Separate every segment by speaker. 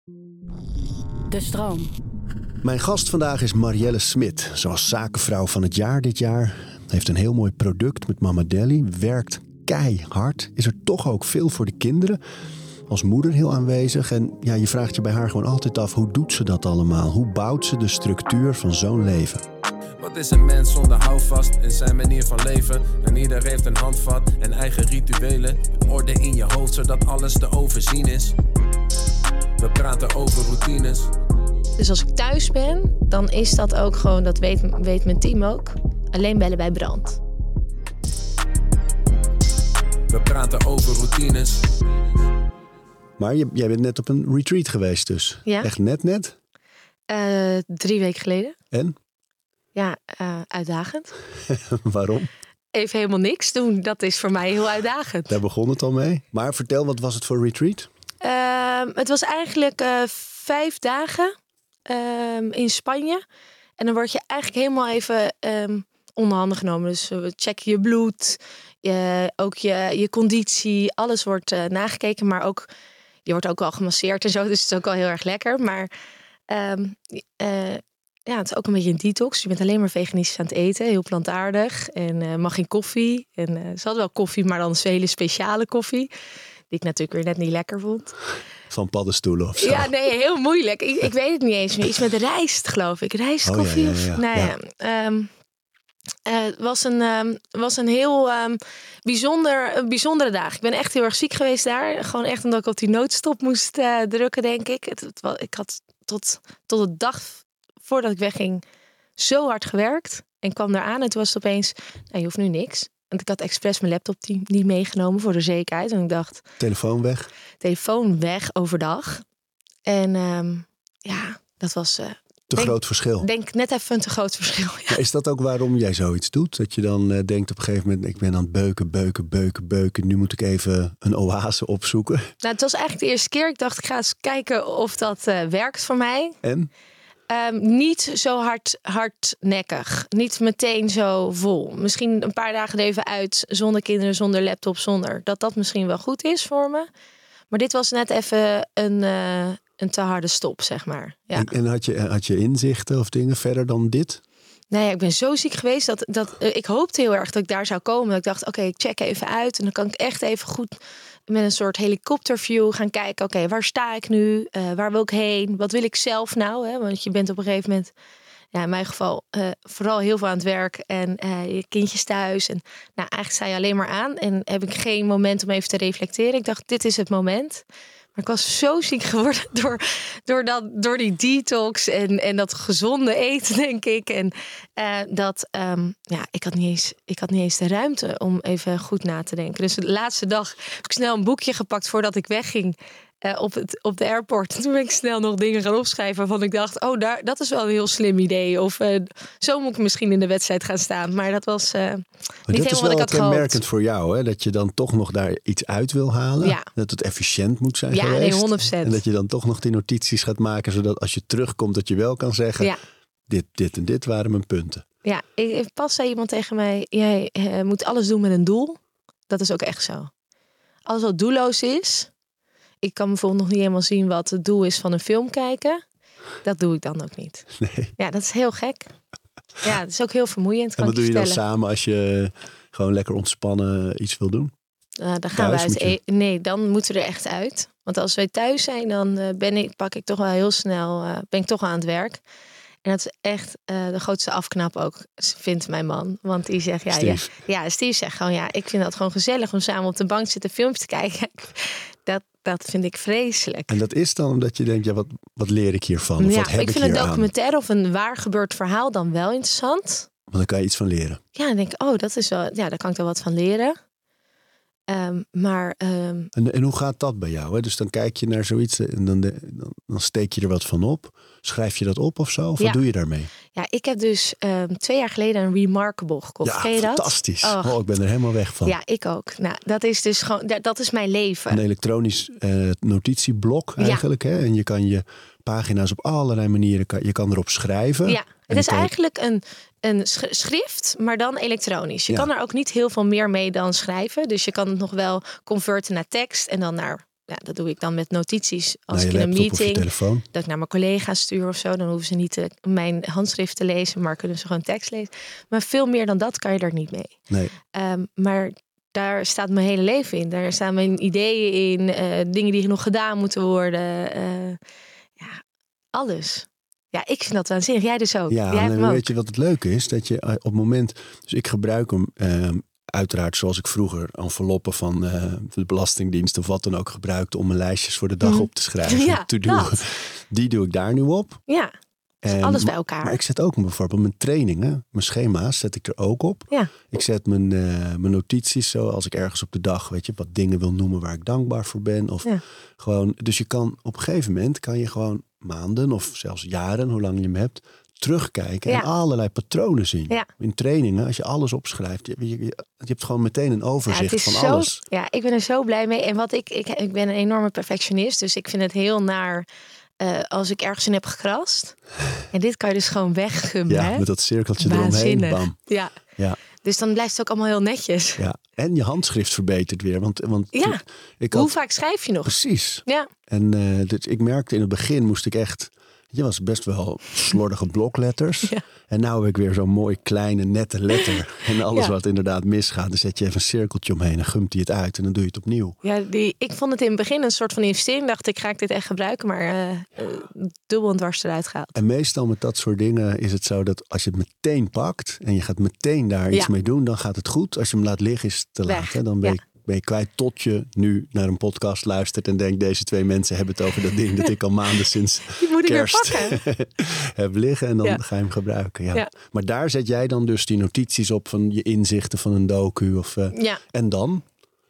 Speaker 1: De stroom.
Speaker 2: Mijn gast vandaag is Marielle Smit. Ze was zakenvrouw van het jaar dit jaar. Heeft een heel mooi product met Mama Deli. Werkt keihard. Is er toch ook veel voor de kinderen. Als moeder heel aanwezig. En ja, je vraagt je bij haar gewoon altijd af, hoe doet ze dat allemaal? Hoe bouwt ze de structuur van zo'n leven?
Speaker 3: Wat is een mens zonder houvast in zijn manier van leven? En ieder heeft een handvat en eigen rituelen. Orde in je hoofd zodat alles te overzien is. We praten over routines.
Speaker 4: Dus als ik thuis ben, dan is dat ook gewoon, dat weet mijn team ook. Alleen bellen bij brand.
Speaker 3: We praten over routines.
Speaker 2: Maar jij bent net op een retreat geweest dus.
Speaker 4: Ja.
Speaker 2: Echt net?
Speaker 4: 3 weken geleden.
Speaker 2: En?
Speaker 4: Ja, uitdagend.
Speaker 2: Waarom?
Speaker 4: Even helemaal niks doen, dat is voor mij heel uitdagend.
Speaker 2: Daar begon het al mee. Maar vertel, wat was het voor retreat?
Speaker 4: Het was eigenlijk 5 dagen in Spanje. En dan word je eigenlijk helemaal even onder handen genomen. Dus we checken je bloed, ook je conditie. Alles wordt nagekeken, maar ook je wordt ook wel gemasseerd en zo. Dus het is ook wel heel erg lekker. Maar het is ook een beetje een detox. Je bent alleen maar veganistisch aan het eten. Heel plantaardig. En mag geen koffie. En ze hadden wel koffie, maar dan een hele speciale koffie. Die ik natuurlijk weer net niet lekker vond.
Speaker 2: Van paddenstoelen of zo?
Speaker 4: Ja, nee, heel moeilijk. Ik weet het niet eens meer. Iets met rijst, geloof ik. Rijstkoffie? Het was een heel bijzondere dag. Ik ben echt heel erg ziek geweest daar. Gewoon echt omdat ik op die noodstop moest drukken, denk ik. Ik had tot de dag voordat ik wegging zo hard gewerkt. En kwam daar aan en toen was het opeens, je hoeft nu niks. Want ik had expres mijn laptop niet meegenomen voor de zekerheid. En ik dacht... Telefoon weg overdag. En dat was...
Speaker 2: groot verschil.
Speaker 4: Denk net even een te groot verschil. Ja.
Speaker 2: Maar is dat ook waarom jij zoiets doet? Dat je dan denkt op een gegeven moment, ik ben aan het beuken. Nu moet ik even een oase opzoeken.
Speaker 4: Nou, het was eigenlijk de eerste keer. Ik dacht, ik ga eens kijken of dat werkt voor mij.
Speaker 2: En?
Speaker 4: Niet zo hardnekkig. Niet meteen zo vol. Misschien een paar dagen er even uit. Zonder kinderen, zonder laptop, zonder. Dat misschien wel goed is voor me. Maar dit was net even een te harde stop, zeg maar. Ja.
Speaker 2: En had je inzichten of dingen verder dan dit?
Speaker 4: Nee, ik ben zo ziek geweest dat ik hoopte heel erg dat ik daar zou komen. Dat ik dacht, oké, ik check even uit. En dan kan ik echt even goed met een soort helikopterview gaan kijken. Oké, waar sta ik nu? Waar wil ik heen? Wat wil ik zelf nou? Hè? Want je bent op een gegeven moment, in mijn geval, vooral heel veel aan het werk. En je kindjes thuis. En eigenlijk sta je alleen maar aan. En heb ik geen moment om even te reflecteren. Ik dacht, dit is het moment. Maar ik was zo ziek geworden door die detox en dat gezonde eten, denk ik. En ik had niet eens de ruimte om even goed na te denken. Dus de laatste dag heb ik snel een boekje gepakt voordat ik wegging op de airport. En toen ben ik snel nog dingen gaan opschrijven waarvan ik dacht, dat is wel een heel slim idee. Of zo moet ik misschien in de wedstrijd gaan staan. Maar dat was niet helemaal wat ik had gehoopt. Dat is wel
Speaker 2: kenmerkend voor jou, hè? Dat je dan toch nog daar iets uit wil halen. Ja. Dat het efficiënt moet zijn geweest.
Speaker 4: Ja, nee, 100%.
Speaker 2: En dat je dan toch nog die notities gaat maken, zodat als je terugkomt dat je wel kan zeggen, dit en dit waren mijn punten.
Speaker 4: Ja, pas zei iemand tegen mij, jij moet alles doen met een doel. Dat is ook echt zo. Alles wat doelloos is. Ik kan bijvoorbeeld nog niet helemaal zien wat het doel is van een film kijken. Dat doe ik dan ook niet.
Speaker 2: Nee.
Speaker 4: Ja, dat is heel gek. Ja, het is ook heel vermoeiend.
Speaker 2: En wat doe je dan samen als je gewoon lekker ontspannen iets wil doen?
Speaker 4: Dan gaan we uit. Nee, dan moeten we er echt uit. Want als wij thuis zijn, dan ben ik toch wel heel snel ben ik toch aan het werk. En dat is echt de grootste afknap ook, vindt mijn man. Want die zegt, Steve zegt gewoon, ik vind dat gewoon gezellig om samen op de bank te zitten filmpjes te kijken. Dat vind ik vreselijk.
Speaker 2: En dat is dan omdat je denkt, wat leer ik hiervan? Of wat heb
Speaker 4: ik vind een documentaire of een waar gebeurd verhaal dan wel interessant.
Speaker 2: Want dan kan je iets van leren.
Speaker 4: Ja, dan denk ik, dat is wel, daar kan ik er wat van leren.
Speaker 2: En hoe gaat dat bij jou? Hè? Dus dan kijk je naar zoiets en dan steek je er wat van op. Schrijf je dat op of zo? Of wat doe je daarmee?
Speaker 4: Ja, ik heb dus 2 jaar geleden een Remarkable gekocht.
Speaker 2: Ja,
Speaker 4: ken je dat?
Speaker 2: Fantastisch. Ik ben er helemaal weg van.
Speaker 4: Ja, ik ook. Nou, dat is dus gewoon, dat is mijn leven.
Speaker 2: Een elektronisch notitieblok eigenlijk. Hè? En je kan je pagina's op allerlei manieren, je kan erop schrijven.
Speaker 4: Ja, het is eigenlijk een schrift, maar dan elektronisch. Je kan er ook niet heel veel meer mee dan schrijven. Dus je kan het nog wel converten naar tekst en dan naar dat doe ik dan met notities. Als
Speaker 2: Naar
Speaker 4: ik
Speaker 2: je
Speaker 4: in een
Speaker 2: laptop of je
Speaker 4: meeting,
Speaker 2: telefoon.
Speaker 4: dat ik naar mijn collega's stuur of zo. Dan hoeven ze niet mijn handschrift te lezen, maar kunnen ze gewoon tekst lezen. Maar veel meer dan dat kan je er niet mee.
Speaker 2: Nee.
Speaker 4: Maar daar staat mijn hele leven in. Daar staan mijn ideeën in. Dingen die nog gedaan moeten worden. Alles. Ja, ik vind dat waanzinnig. Jij dus ook.
Speaker 2: Ja,
Speaker 4: Jij hebt hem ook.
Speaker 2: weet je wat het leuke is? Dat je op het moment... Dus ik gebruik hem uiteraard zoals ik vroeger enveloppen van de Belastingdienst of wat dan ook gebruikte om mijn lijstjes voor de dag op te schrijven.
Speaker 4: Ja, dat.
Speaker 2: Die doe ik daar nu op.
Speaker 4: Ja, dus alles bij elkaar.
Speaker 2: Maar ik zet ook bijvoorbeeld mijn trainingen, mijn schema's zet ik er ook op.
Speaker 4: Ja.
Speaker 2: Ik zet mijn notities zo als ik ergens op de dag, weet je, wat dingen wil noemen waar ik dankbaar voor ben. Of gewoon, dus je kan op een gegeven moment kan je gewoon maanden of zelfs jaren, hoe lang je hem hebt, terugkijken en allerlei patronen zien. Ja. In trainingen, als je alles opschrijft, je hebt gewoon meteen een overzicht van alles.
Speaker 4: Ja, ik ben er zo blij mee. En wat ik ben een enorme perfectionist, dus ik vind het heel naar als ik ergens in heb gekrast. En dit kan je dus gewoon weggummen.
Speaker 2: Ja, met dat cirkeltje eromheen. Bam.
Speaker 4: Ja. Dus dan blijft het ook allemaal heel netjes.
Speaker 2: Ja, en je handschrift verbetert weer. Want
Speaker 4: hoe vaak schrijf je nog?
Speaker 2: Precies.
Speaker 4: Ja.
Speaker 2: En dus ik merkte in het begin moest ik echt... Je was best wel slordige blokletters. Ja. En nou heb ik weer zo'n mooi kleine nette letter. En alles wat inderdaad misgaat, dan zet je even een cirkeltje omheen en gumt hij het uit en dan doe je het opnieuw.
Speaker 4: Ja, ik vond het in het begin een soort van investering. Dacht ik, ga ik dit echt gebruiken? Maar dubbel en dwars eruit gehaald.
Speaker 2: En meestal met dat soort dingen is het zo dat als je het meteen pakt en je gaat meteen daar iets mee doen, dan gaat het goed. Als je hem laat liggen is het te laat. Hè? Dan ben je kwijt tot je nu naar een podcast luistert en denkt, deze twee mensen hebben het over dat ding dat ik al maanden sinds kerst heb liggen. En dan ga je hem gebruiken. Ja. Maar daar zet jij dan dus die notities op van je inzichten van een docu. En dan?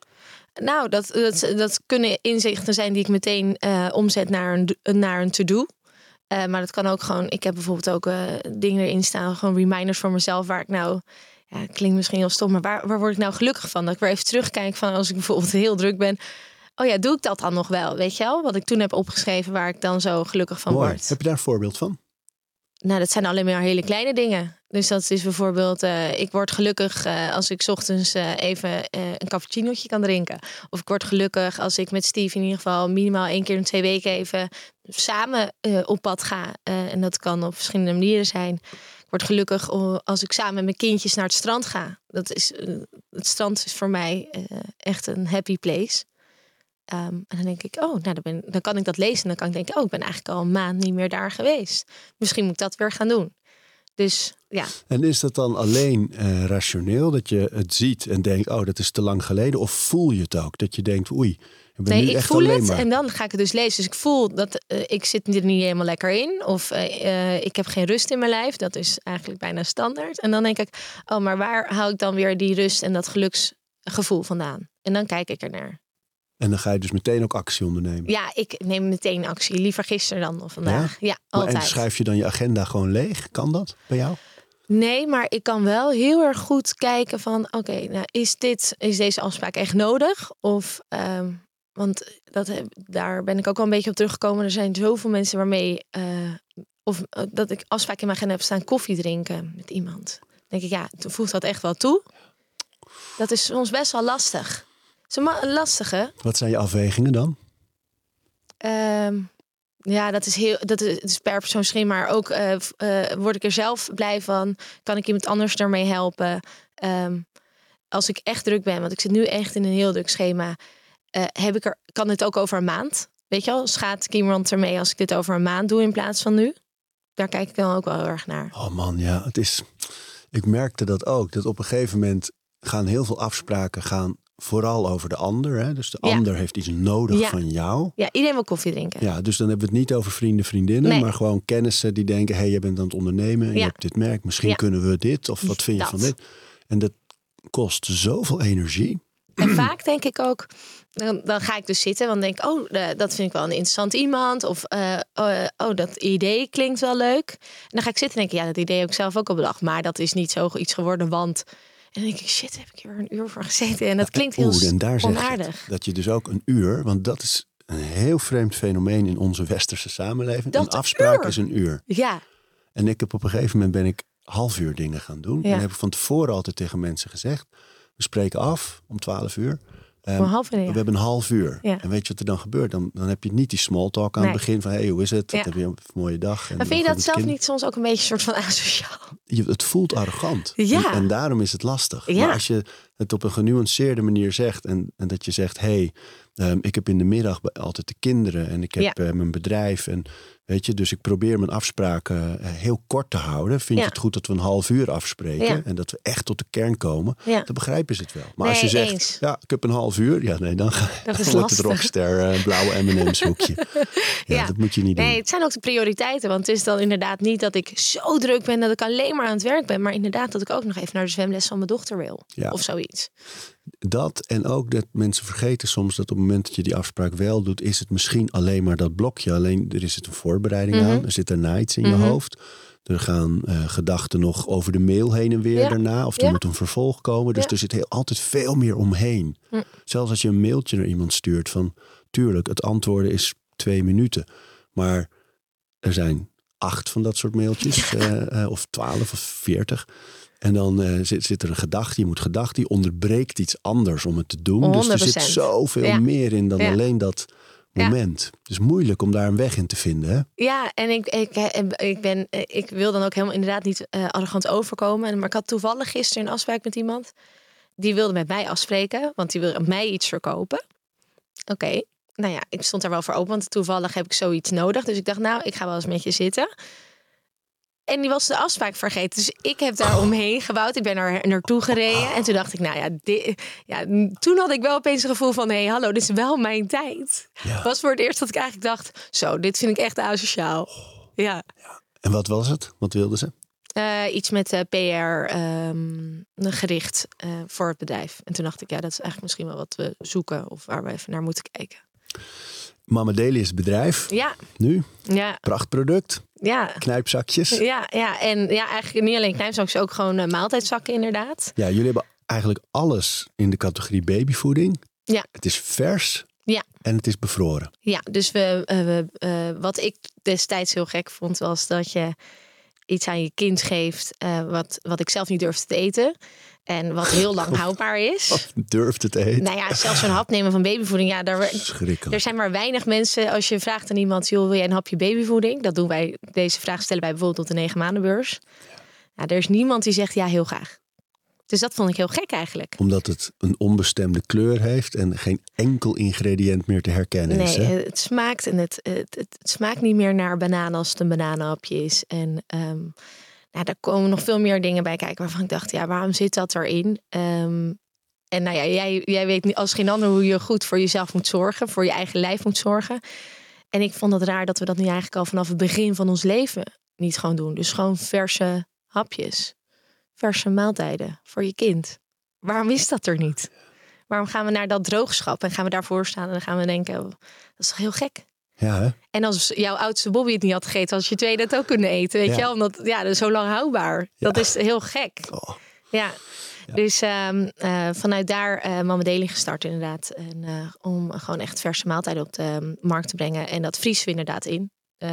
Speaker 4: Nou, dat kunnen inzichten zijn die ik meteen omzet naar een to-do. Maar dat kan ook gewoon, ik heb bijvoorbeeld ook dingen erin staan, gewoon reminders voor mezelf waar ik nou... Ja, het klinkt misschien heel stom, maar waar word ik nou gelukkig van? Dat ik weer even terugkijk van als ik bijvoorbeeld heel druk ben. Oh ja, doe ik dat dan nog wel? Weet je wel? Wat ik toen heb opgeschreven waar ik dan zo gelukkig van word.
Speaker 2: Heb je daar een voorbeeld van?
Speaker 4: Nou, dat zijn alleen maar hele kleine dingen. Dus dat is bijvoorbeeld, ik word gelukkig als ik 's ochtends even een cappuccinootje kan drinken. Of ik word gelukkig als ik met Steve in ieder geval minimaal 1 keer in 2 weken even samen op pad ga. En dat kan op verschillende manieren zijn. Ik word gelukkig als ik samen met mijn kindjes naar het strand ga. Het strand is voor mij echt een happy place. En dan denk ik, dan kan ik dat lezen. En dan kan ik denken, ik ben eigenlijk al een maand niet meer daar geweest. Misschien moet ik dat weer gaan doen. Dus ja.
Speaker 2: En is dat dan alleen rationeel dat je het ziet en denkt, dat is te lang geleden? Of voel je het ook? Dat je denkt,
Speaker 4: ik voel het en dan ga ik het dus lezen. Dus ik voel dat ik zit er niet helemaal lekker in. Of ik heb geen rust in mijn lijf. Dat is eigenlijk bijna standaard. En dan denk ik, maar waar hou ik dan weer die rust en dat geluksgevoel vandaan? En dan kijk ik ernaar.
Speaker 2: En dan ga je dus meteen ook actie ondernemen?
Speaker 4: Ja, ik neem meteen actie. Liever gisteren dan of vandaag. Ja, altijd.
Speaker 2: En schrijf je dan je agenda gewoon leeg? Kan dat bij jou?
Speaker 4: Nee, maar ik kan wel heel erg goed kijken van... is deze afspraak echt nodig? Of... Want daar ben ik ook wel een beetje op teruggekomen. Er zijn zoveel mensen waarmee... dat ik afspraak in mijn agenda heb staan koffie drinken met iemand. Dan denk ik, voegt dat echt wel toe? Dat is soms best wel lastig. Het is lastige.
Speaker 2: Wat zijn je afwegingen dan?
Speaker 4: Het is per persoon verschillend. Maar ook word ik er zelf blij van. Kan ik iemand anders daarmee helpen? Als ik echt druk ben, want ik zit nu echt in een heel druk schema... kan het ook over een maand? Weet je wel, schaadt ik iemand ermee als ik dit over een maand doe in plaats van nu? Daar kijk ik dan ook wel heel erg naar.
Speaker 2: Oh man, ja, ik merkte dat ook. Dat op een gegeven moment gaan heel veel afspraken vooral over de ander. Hè? Dus de ander heeft iets nodig van jou.
Speaker 4: Ja, iedereen wil koffie drinken.
Speaker 2: Ja, dus dan hebben we het niet over vrienden, vriendinnen. Maar gewoon kennissen die denken, hey, je bent aan het ondernemen. En je hebt dit merk, misschien kunnen we dit. Of wat vind je van dit? En dat kost zoveel energie.
Speaker 4: En vaak denk ik ook, dan ga ik dus zitten. Want denk ik, dat vind ik wel een interessant iemand. Of, dat idee klinkt wel leuk. En dan ga ik zitten en denk ik, dat idee heb ik zelf ook al bedacht. Maar dat is niet zo iets geworden, want... En dan denk ik, shit, heb ik hier een uur voor gezeten. En dat klinkt heel
Speaker 2: en daar
Speaker 4: onaardig.
Speaker 2: Zeg dat je dus ook een uur, want dat is een heel vreemd fenomeen in onze westerse samenleving. Een afspraak is een uur.
Speaker 4: Ja.
Speaker 2: En ik heb op een gegeven moment ben ik half uur dingen gaan doen. En heb ik van tevoren altijd tegen mensen gezegd, we spreken af om 12 uur. We hebben een half uur. Ja. En weet je wat er dan gebeurt? Dan heb je niet die small talk aan het begin van... hoe is het? Wat heb je een mooie dag? En
Speaker 4: maar vind je dat zelf niet soms ook een beetje een soort van asociaal?
Speaker 2: Het voelt arrogant.
Speaker 4: Ja.
Speaker 2: En daarom is het lastig.
Speaker 4: Ja.
Speaker 2: Maar als je het op een genuanceerde manier zegt... en dat je zegt... ik heb in de middag altijd de kinderen... en ik heb mijn bedrijf... en weet je, dus ik probeer mijn afspraken heel kort te houden. Vind je het goed dat we een half uur afspreken...
Speaker 4: Ja.
Speaker 2: en dat we echt tot de kern komen?
Speaker 4: Ja.
Speaker 2: Dan begrijpen ze het wel. Maar als je zegt, ik heb een half uur... dan wordt het Rockster blauwe M&M's hoekje. Dat moet je niet doen.
Speaker 4: Nee, het zijn ook de prioriteiten. Want het is dan inderdaad niet dat ik zo druk ben... dat ik alleen maar aan het werk ben. Maar inderdaad dat ik ook nog even naar de zwemles van mijn dochter wil. Ja. Of zoiets.
Speaker 2: Dat en ook dat mensen vergeten soms dat op het moment dat je die afspraak wel doet... is het misschien alleen maar dat blokje. Alleen er is het een voorbereiding aan. Er zit daarna iets in je hoofd. Er gaan gedachten nog over de mail heen en weer daarna. Of er moet een vervolg komen. Dus er zit altijd veel meer omheen. Zelfs als je een mailtje naar iemand stuurt van... tuurlijk, het antwoorden is 2 minuten. Maar er zijn 8 van dat soort mailtjes. Of 12 of 40. En dan zit er een gedachte. Je moet gedachten. Die onderbreekt iets anders om het te doen. 100%. Dus er zit zoveel meer in dan alleen dat moment. Het is moeilijk om daar een weg in te vinden. Hè?
Speaker 4: Ja, en ik wil dan ook helemaal inderdaad niet arrogant overkomen. Maar ik had toevallig gisteren een afspraak met iemand. Die wilde met mij afspreken. Want die wilde mij iets verkopen. Oké. Nou ja, ik stond daar wel voor open. Want toevallig heb ik zoiets nodig. Dus ik dacht, ik ga wel eens met je zitten. En die was de afspraak vergeten. Dus ik heb daar omheen gebouwd. Ik ben er naartoe gereden. En toen dacht ik, toen had ik wel opeens het gevoel van... hallo, dit is wel mijn tijd. Het was voor het eerst dat ik eigenlijk dacht... zo, dit vind ik echt asociaal. Ja.
Speaker 2: En wat was het? Wat wilden ze?
Speaker 4: Iets met PR gericht voor het bedrijf. En toen dacht ik, dat is eigenlijk misschien wel wat we zoeken... of waar we even naar moeten kijken.
Speaker 2: Mama Daily is het bedrijf.
Speaker 4: Ja.
Speaker 2: Nu.
Speaker 4: Ja.
Speaker 2: Prachtproduct. Ja. Knijpzakjes.
Speaker 4: Ja. En eigenlijk niet alleen knijpzakjes, ook gewoon maaltijdzakken inderdaad.
Speaker 2: Ja, jullie hebben eigenlijk alles in de categorie babyvoeding.
Speaker 4: Ja.
Speaker 2: Het is vers.
Speaker 4: Ja.
Speaker 2: En het is bevroren.
Speaker 4: Ja, dus wat ik destijds heel gek vond, was dat je iets aan je kind geeft wat ik zelf niet durfde te eten. En wat heel lang houdbaar is.
Speaker 2: Durft het eten?
Speaker 4: Nou ja, zelfs een hap nemen van babyvoeding. Ja, er zijn maar weinig mensen. Als je vraagt aan iemand, joh, wil jij een hapje babyvoeding? Dat doen wij. Deze vraag stellen wij bijvoorbeeld op de 9 maandenbeurs. Ja, er is niemand die zegt ja, heel graag. Dus dat vond ik heel gek eigenlijk.
Speaker 2: Omdat het een onbestemde kleur heeft en geen enkel ingrediënt meer te herkennen is.
Speaker 4: Nee, het smaakt en het smaakt niet meer naar banaan als het een bananenhapje is. En daar komen nog veel meer dingen bij kijken waarvan ik dacht, waarom zit dat erin? En jij weet niet als geen ander hoe je goed voor jezelf moet zorgen, voor je eigen lijf moet zorgen. En ik vond het raar dat we dat nu eigenlijk al vanaf het begin van ons leven niet gewoon doen. Dus gewoon verse hapjes, verse maaltijden voor je kind. Waarom is dat er niet? Waarom gaan we naar dat droogschap en gaan we daarvoor staan en dan gaan we denken, dat is toch heel gek?
Speaker 2: Ja, hè?
Speaker 4: En als jouw oudste Bobby het niet had gegeten, als je tweede het ook kunnen eten, weet je wel? Omdat dat is zo lang houdbaar. Ja. Dat is heel gek. Oh. Ja. Dus vanuit daar Mama Daily gestart inderdaad. En, om gewoon echt verse maaltijden op de markt te brengen. En dat vriezen we inderdaad in.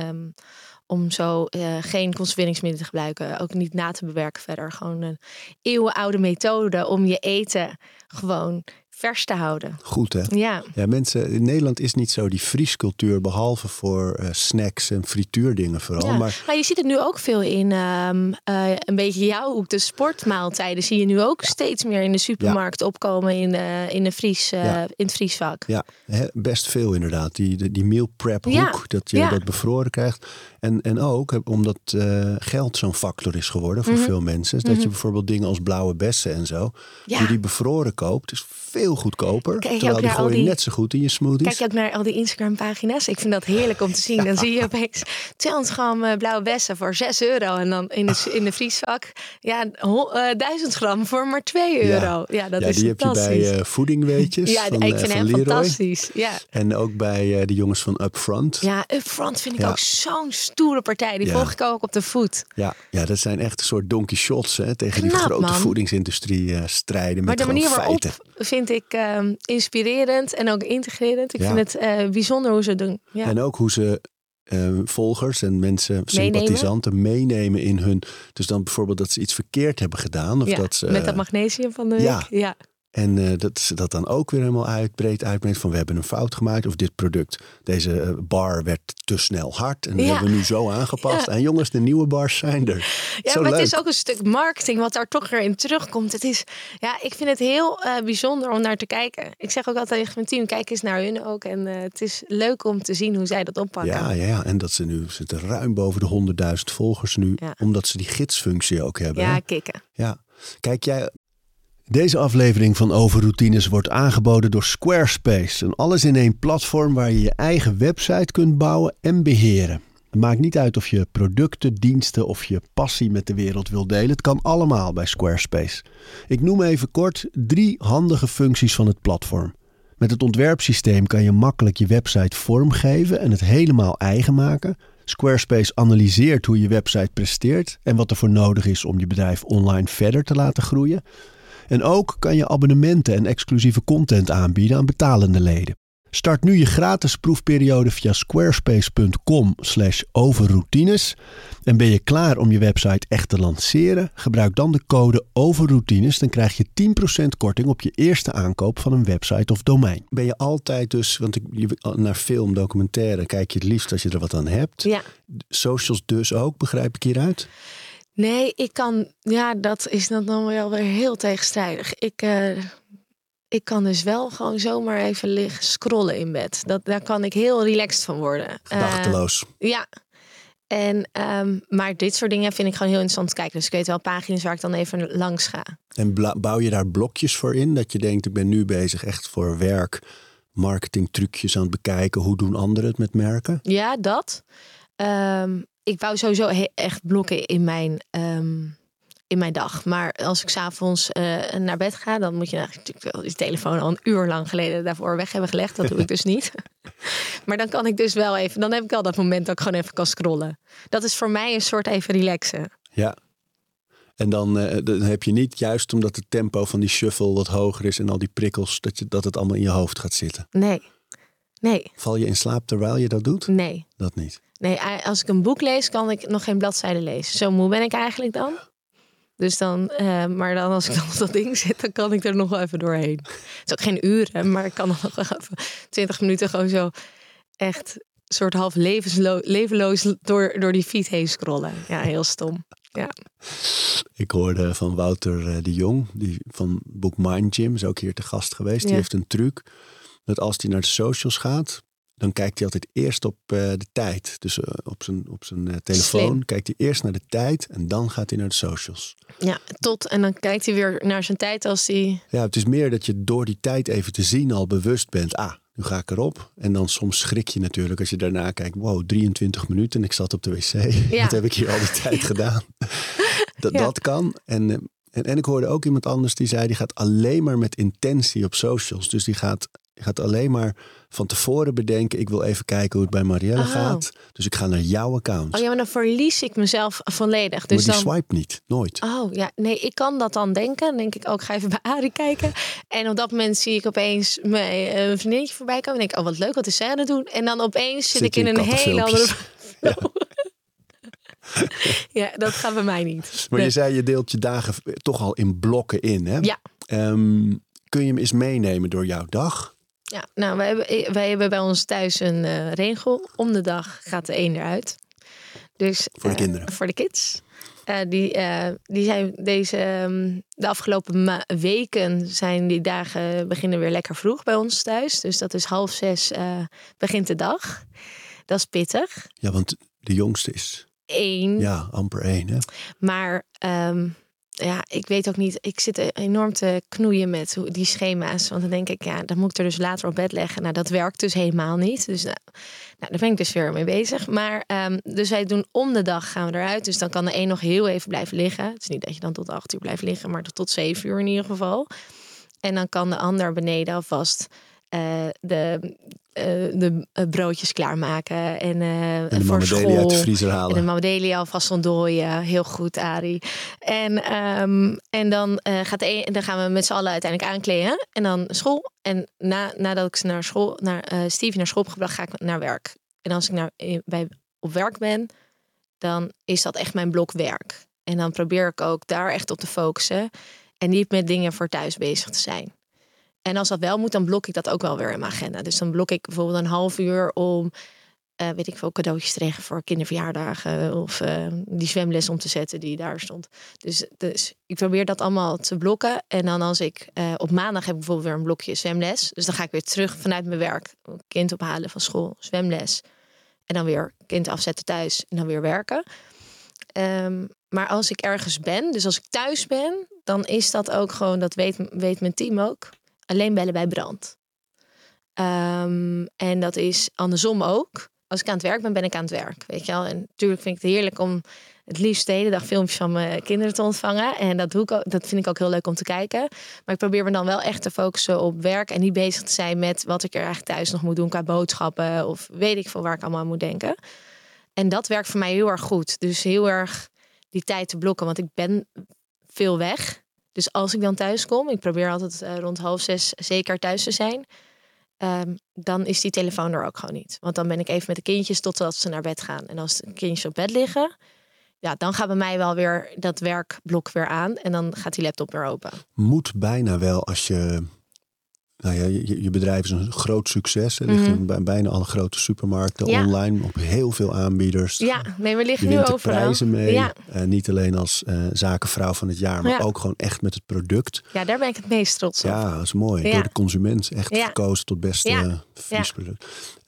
Speaker 4: Om zo geen conserveringsmiddelen te gebruiken. Ook niet na te bewerken verder. Gewoon een eeuwenoude methode om je eten gewoon vers te houden.
Speaker 2: Goed, hè?
Speaker 4: Ja.
Speaker 2: Ja, mensen, in Nederland is niet zo die vriescultuur, behalve voor snacks en frituurdingen vooral.
Speaker 4: Ja.
Speaker 2: Maar
Speaker 4: je ziet het nu ook veel in een beetje jouw hoek. De sportmaaltijden zie je nu ook steeds meer in de supermarkt opkomen in het vriesvak. Ja,
Speaker 2: best veel inderdaad. Die meal prep hoek, dat je dat bevroren krijgt. En ook omdat geld zo'n factor is geworden voor veel mensen. Dat je bijvoorbeeld dingen als blauwe bessen en zo, die bevroren koopt, is veel goedkoper. Terwijl die gooi je net zo goed in je smoothies.
Speaker 4: Kijk je ook naar al die Instagram-pagina's? Ik vind dat heerlijk om te zien. Dan zie je opeens 200 gram blauwe bessen voor €6. En dan in de vriesvak 1000 gram voor maar €2. Ja, dat is
Speaker 2: die heb je bij voedingweetjes.
Speaker 4: Ja, ik vind hem fantastisch. Ja.
Speaker 2: En ook bij de jongens van Upfront.
Speaker 4: Ja, Upfront vind ik ook zo'n stoere partij. Die volg ik ook op de voet.
Speaker 2: Ja, dat zijn echt een soort Don Quixotes tegen die grote voedingsindustrie strijden.
Speaker 4: Maar
Speaker 2: met
Speaker 4: de manier waarop
Speaker 2: feiten.
Speaker 4: Vind ik inspirerend en ook integrerend. Ik vind het bijzonder hoe ze het doen. Ja.
Speaker 2: En ook hoe ze volgers en mensen, sympathisanten meenemen in hun. Dus dan bijvoorbeeld dat ze iets verkeerd hebben gedaan. Of dat ze,
Speaker 4: met dat magnesium van de week. Ja.
Speaker 2: En dat ze dat dan ook weer helemaal breed van we hebben een fout gemaakt. Of dit product, deze bar werd te snel hard. En dat hebben we nu zo aangepast. Ja. En jongens, de nieuwe bars zijn er.
Speaker 4: Ja,
Speaker 2: zo
Speaker 4: maar
Speaker 2: leuk.
Speaker 4: Het is ook een stuk marketing wat daar toch weer in terugkomt. Het is, ik vind het heel bijzonder om naar te kijken. Ik zeg ook altijd tegen mijn team, kijk eens naar hun ook. En het is leuk om te zien hoe zij dat oppakken.
Speaker 2: Ja. En dat ze nu zitten ruim boven de 100.000 volgers nu. Ja. Omdat ze die gidsfunctie ook hebben.
Speaker 4: Ja, kicken.
Speaker 2: Ja. Kijk jij... Deze aflevering van Overroutines wordt aangeboden door Squarespace. Een alles-in-één platform waar je je eigen website kunt bouwen en beheren. Het maakt niet uit of je producten, diensten of je passie met de wereld wil delen. Het kan allemaal bij Squarespace. Ik noem even kort 3 handige functies van het platform. Met het ontwerpsysteem kan je makkelijk je website vormgeven en het helemaal eigen maken. Squarespace analyseert hoe je website presteert en wat er voor nodig is om je bedrijf online verder te laten groeien. En ook kan je abonnementen en exclusieve content aanbieden aan betalende leden. Start nu je gratis proefperiode via squarespace.com/overroutines. En ben je klaar om je website echt te lanceren? Gebruik dan de code overroutines. Dan krijg je 10% korting op je eerste aankoop van een website of domein. Ben je altijd dus, want naar film, documentaire kijk je het liefst als je er wat aan hebt.
Speaker 4: Ja.
Speaker 2: Socials dus ook, begrijp ik hieruit?
Speaker 4: Nee, ik kan... Ja, dat is dan wel weer heel tegenstrijdig. Ik kan dus wel gewoon zomaar even liggen scrollen in bed. Daar kan ik heel relaxed van worden.
Speaker 2: Gedachteloos.
Speaker 4: Ja. En, maar dit soort dingen vind ik gewoon heel interessant te kijken. Dus ik weet wel pagina's waar ik dan even langs ga. En
Speaker 2: bouw je daar blokjes voor in? Dat je denkt, ik ben nu bezig echt voor werk, marketing trucjes aan het bekijken. Hoe doen anderen het met merken?
Speaker 4: Ja, dat. Ik bouw sowieso echt blokken in mijn dag. Maar als ik 's avonds naar bed ga, dan moet je natuurlijk die telefoon al een uur lang geleden daarvoor weg hebben gelegd. Dat doe ik dus niet. Maar dan kan ik dus wel even, dan heb ik al dat moment dat ik gewoon even kan scrollen. Dat is voor mij een soort even relaxen.
Speaker 2: Ja. En dan heb je niet, juist omdat het tempo van die shuffle wat hoger is en al die prikkels, dat het allemaal in je hoofd gaat zitten.
Speaker 4: Nee.
Speaker 2: Val je in slaap terwijl je dat doet?
Speaker 4: Nee.
Speaker 2: Dat niet?
Speaker 4: Nee, als ik een boek lees, kan ik nog geen bladzijde lezen. Zo moe ben ik eigenlijk dan. Dus dan, maar dan als ik dan op dat ding zit, dan kan ik er nog wel even doorheen. Het is ook geen uren, maar ik kan dan nog wel even 20 minuten gewoon zo echt soort half levenloos door die feed heen scrollen. Ja, heel stom. Ja.
Speaker 2: Ik hoorde van Wouter de Jong, die van boek Mind Gym, is ook hier te gast geweest. Ja. Die heeft een truc dat als hij naar de socials gaat, dan kijkt hij altijd eerst op de tijd. Dus op zijn telefoon Slim. Kijkt hij eerst naar de tijd en dan gaat hij naar de socials. Ja,
Speaker 4: en dan kijkt hij weer naar zijn tijd als hij...
Speaker 2: Ja, het is meer dat je door die tijd even te zien al bewust bent. Nu ga ik erop. En dan soms schrik je natuurlijk als je daarna kijkt. Wow, 23 minuten en ik zat op de wc. Ja. Wat heb ik hier al die tijd gedaan? Dat kan. En ik hoorde ook iemand anders die zei, die gaat alleen maar met intentie op socials. Dus die gaat alleen maar van tevoren bedenken, ik wil even kijken hoe het bij Marielle gaat. Dus ik ga naar jouw account.
Speaker 4: Oh ja, maar dan verlies ik mezelf volledig. Dus
Speaker 2: maar die swipe niet, nooit.
Speaker 4: Oh ja, nee, ik kan dat dan denken. Dan denk ik, ik ga even bij Arie kijken. En op dat moment zie ik opeens mijn vriendinnetje voorbij komen. En denk ik, wat leuk, wat is zij aan het doen? En dan opeens zit ik in een hele andere... Ja. Ja, dat gaat bij mij niet.
Speaker 2: Maar je zei, je deelt je dagen toch al in blokken in, hè?
Speaker 4: Ja.
Speaker 2: Kun je hem eens meenemen door jouw dag?
Speaker 4: Ja, nou, wij hebben bij ons thuis een regel. Om de dag gaat de een eruit. Dus,
Speaker 2: voor de kinderen?
Speaker 4: Voor de kids. Die zijn de afgelopen weken zijn die dagen beginnen weer lekker vroeg bij ons thuis. Dus dat is 5:30 begint de dag. Dat is pittig.
Speaker 2: Ja, want de jongste is...
Speaker 4: 1.
Speaker 2: Ja, amper 1, hè?
Speaker 4: Maar ik weet ook niet. Ik zit enorm te knoeien met die schema's. Want dan denk ik, dan moet ik er dus later op bed leggen. Nou, dat werkt dus helemaal niet. Dus daar ben ik dus weer mee bezig. Maar dus wij doen om de dag gaan we eruit. Dus dan kan de een nog heel even blijven liggen. Het is niet dat je dan tot 8 uur blijft liggen, maar tot 7 uur in ieder geval. En dan kan de ander beneden alvast de broodjes klaarmaken en
Speaker 2: de
Speaker 4: voor school
Speaker 2: uit de vriezer halen.
Speaker 4: En de mamadelie alvast ontdooien. Heel goed, Arie. En dan gaan we met z'n allen uiteindelijk aankleden en dan school. En nadat ik ze naar school, Stevie naar school heb gebracht, ga ik naar werk. En als ik op werk ben, dan is dat echt mijn blok werk. En dan probeer ik ook daar echt op te focussen en niet met dingen voor thuis bezig te zijn. En als dat wel moet, dan blok ik dat ook wel weer in mijn agenda. Dus dan blok ik bijvoorbeeld een half uur om, weet ik veel, cadeautjes te regelen voor kinderverjaardagen. Of die zwemles om te zetten die daar stond. Dus ik probeer dat allemaal te blokken. En dan als ik op maandag heb ik bijvoorbeeld weer een blokje zwemles. Dus dan ga ik weer terug vanuit mijn werk. Kind ophalen van school, zwemles. En dan weer kind afzetten thuis en dan weer werken. Maar als ik ergens ben, dus als ik thuis ben, dan is dat ook gewoon, dat weet mijn team ook, alleen bellen bij brand. En dat is andersom ook. Als ik aan het werk ben, ben ik aan het werk. Weet je wel? En natuurlijk vind ik het heerlijk om het liefst de hele dag filmpjes van mijn kinderen te ontvangen. En dat doe ik ook, dat vind ik ook heel leuk om te kijken. Maar ik probeer me dan wel echt te focussen op werk en niet bezig te zijn met wat ik er eigenlijk thuis nog moet doen qua boodschappen of weet ik veel waar ik allemaal aan moet denken. En dat werkt voor mij heel erg goed. Dus heel erg die tijd te blokken, want ik ben veel weg. Dus als ik dan thuis kom, ik probeer altijd rond 5:30 zeker thuis te zijn. Dan is die telefoon er ook gewoon niet. Want dan ben ik even met de kindjes totdat ze naar bed gaan. En als de kindjes op bed liggen, ja, dan gaat bij mij wel weer dat werkblok weer aan. En dan gaat die laptop weer open.
Speaker 2: Moet bijna wel als je... Nou ja, je bedrijf is een groot succes. Er ligt in bijna alle grote supermarkten online op heel veel aanbieders.
Speaker 4: Ja, nee, we liggen
Speaker 2: je
Speaker 4: nu
Speaker 2: wint
Speaker 4: overal.
Speaker 2: de prijzen mee.
Speaker 4: Ja.
Speaker 2: Niet alleen als zakenvrouw van het jaar, maar ook gewoon echt met het product.
Speaker 4: Ja, daar ben ik het meest trots op.
Speaker 2: Ja, dat is mooi.
Speaker 4: Ja.
Speaker 2: Door de consument echt gekozen tot beste vriesproduct.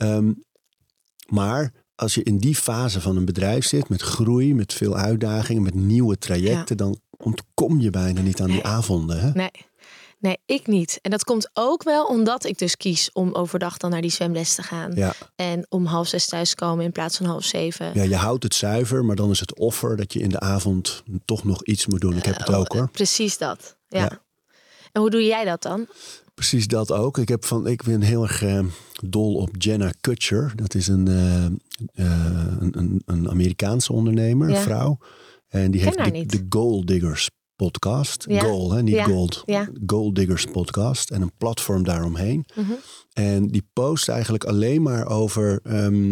Speaker 2: Maar als je in die fase van een bedrijf zit, met groei, met veel uitdagingen, met nieuwe trajecten, dan ontkom je bijna niet aan die avonden. Hè?
Speaker 4: Nee, ik niet. En dat komt ook wel omdat ik dus kies om overdag dan naar die zwemles te gaan. Ja. En om 5:30 thuis te komen in plaats van 6:30.
Speaker 2: Ja, je houdt het zuiver, maar dan is het offer dat je in de avond toch nog iets moet doen. Ik heb het ook hoor.
Speaker 4: Precies dat, ja. En hoe doe jij dat dan?
Speaker 2: Precies dat ook. Ik ben heel erg dol op Jenna Kutcher. Dat is een Amerikaanse ondernemer, vrouw. En die heeft de Gold Diggers podcast. Ja. Goal, hè? Niet gold. Ja. Gold Diggers podcast. En een platform daaromheen. Mm-hmm. En die post eigenlijk alleen maar over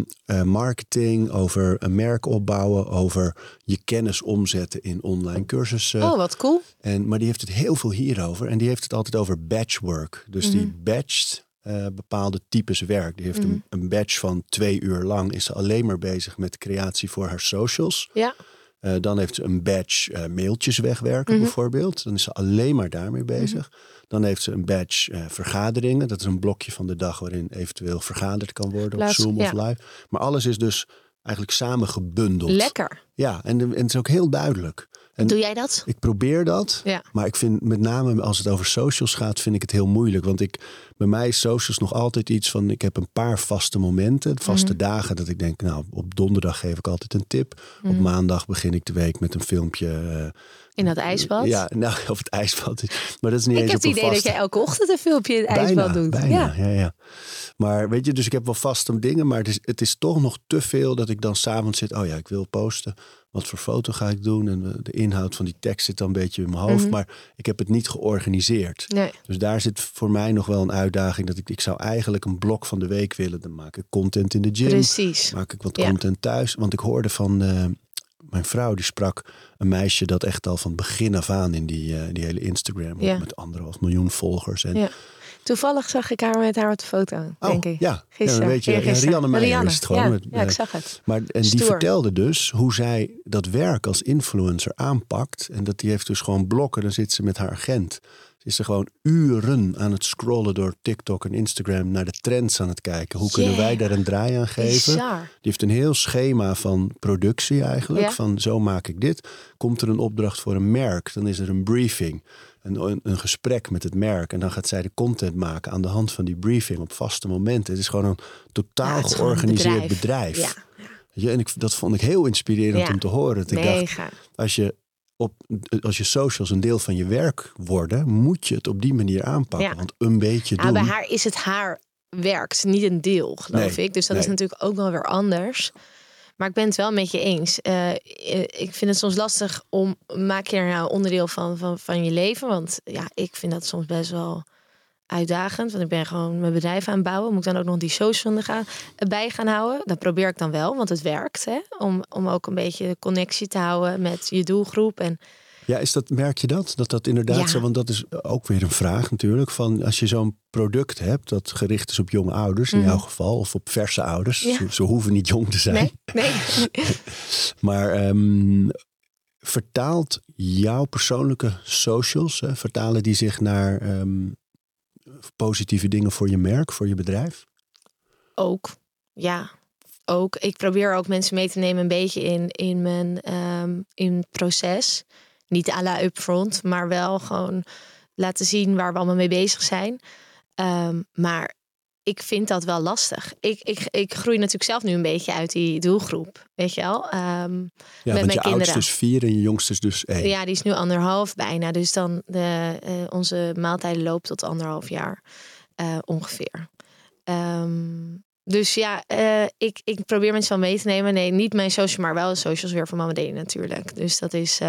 Speaker 2: marketing, over een merk opbouwen, over je kennis omzetten in online cursussen.
Speaker 4: Oh, wat cool.
Speaker 2: Maar die heeft het heel veel hierover. En die heeft het altijd over batchwork. Dus die batcht bepaalde types werk. Die heeft een batch van 2 uur lang. Is ze alleen maar bezig met creatie voor haar socials. Ja. Dan heeft ze een batch mailtjes wegwerken bijvoorbeeld. Dan is ze alleen maar daarmee bezig. Dan heeft ze een batch vergaderingen. Dat is een blokje van de dag waarin eventueel vergaderd kan worden op Zoom of live. Maar alles is dus eigenlijk samen gebundeld.
Speaker 4: Lekker.
Speaker 2: Ja, en het is ook heel duidelijk. En
Speaker 4: doe jij dat?
Speaker 2: Ik probeer dat. Ja. Maar ik vind met name als het over socials gaat, vind ik het heel moeilijk. Want bij mij is socials nog altijd iets van, ik heb een paar vaste momenten, vaste dagen dat ik denk, nou, op donderdag geef ik altijd een tip. Op maandag begin ik de week met een filmpje.
Speaker 4: In dat ijsbad?
Speaker 2: Ja, nou, of het ijsbad. Maar dat is niet eens op een
Speaker 4: Ik heb het idee dat jij elke ochtend een filmpje in het ijsbad doet.
Speaker 2: Bijna, ja. Maar weet je, dus ik heb wel vaste dingen, maar het is toch nog te veel dat ik dan 's avonds zit. Oh ja, ik wil posten. Wat voor foto ga ik doen? En de inhoud van die tekst zit dan een beetje in mijn hoofd. Maar ik heb het niet georganiseerd. Nee. Dus daar zit voor mij nog wel een uitdaging. Dat ik zou eigenlijk een blok van de week willen. Dan maak ik content in de gym. Precies. Maak ik wat content thuis. Want ik hoorde van mijn vrouw, die sprak een meisje dat echt al van begin af aan in die hele Instagram. Met 1,5 miljoen volgers. En
Speaker 4: toevallig zag ik haar met haar op de foto, denk ik.
Speaker 2: Ja, gisteren. Weet je, Rianne Meijer is het gewoon.
Speaker 4: Ja, ik zag het.
Speaker 2: En die vertelde dus hoe zij dat werk als influencer aanpakt. En dat die heeft dus gewoon blokken. Dan zit ze met haar agent. Is ze gewoon uren aan het scrollen door TikTok en Instagram naar de trends aan het kijken. Hoe kunnen wij daar een draai aan geven? Bizar. Die heeft een heel schema van productie eigenlijk. Ja. Van zo maak ik dit. Komt er een opdracht voor een merk, dan is er een briefing. Een gesprek met het merk. En dan gaat zij de content maken aan de hand van die briefing op vaste momenten. Het is gewoon een totaal georganiseerd bedrijf. Ja. Ja, en dat vond ik heel inspirerend om te horen. Dat ik dacht, als je socials een deel van je werk worden, moet je het op die manier aanpakken. Ja. Want een beetje doen.
Speaker 4: Bij haar is het haar werk, het is niet een deel, geloof ik. Dus dat is natuurlijk ook wel weer anders. Maar ik ben het wel met je eens. Ik vind het soms lastig om, maak je er nou onderdeel van je leven? Want ja, ik vind dat soms best wel uitdagend. Want ik ben gewoon mijn bedrijf aan het bouwen. Moet ik dan ook nog die social bij gaan houden? Dat probeer ik dan wel, want het werkt. Hè? Om ook een beetje connectie te houden met je doelgroep. En
Speaker 2: Ja, merk je dat? Dat inderdaad zo, want dat is ook weer een vraag natuurlijk. Van als je zo'n product hebt dat gericht is op jonge ouders, in jouw geval, of op verse ouders. Ja. Ze hoeven niet jong te zijn.
Speaker 4: Nee.
Speaker 2: Maar vertaalt jouw persoonlijke socials, vertalen die zich naar positieve dingen voor je merk, voor je bedrijf?
Speaker 4: Ook, ja. Ook. Ik probeer ook mensen mee te nemen een beetje in mijn in het proces. Niet à la upfront, maar wel gewoon laten zien waar we allemaal mee bezig zijn. Maar ik vind dat wel lastig. Ik groei natuurlijk zelf nu een beetje uit die doelgroep. Weet je wel? Met
Speaker 2: want
Speaker 4: mijn
Speaker 2: je oudste is 4 en je jongste is dus 1.
Speaker 4: Ja, die is nu 1,5 bijna. Dus dan onze maaltijden loopt tot 1,5 jaar ongeveer. Dus ja, ik probeer mensen wel mee te nemen. Nee, niet mijn socials, maar wel de socials weer van Mama Deli natuurlijk. Dus dat is...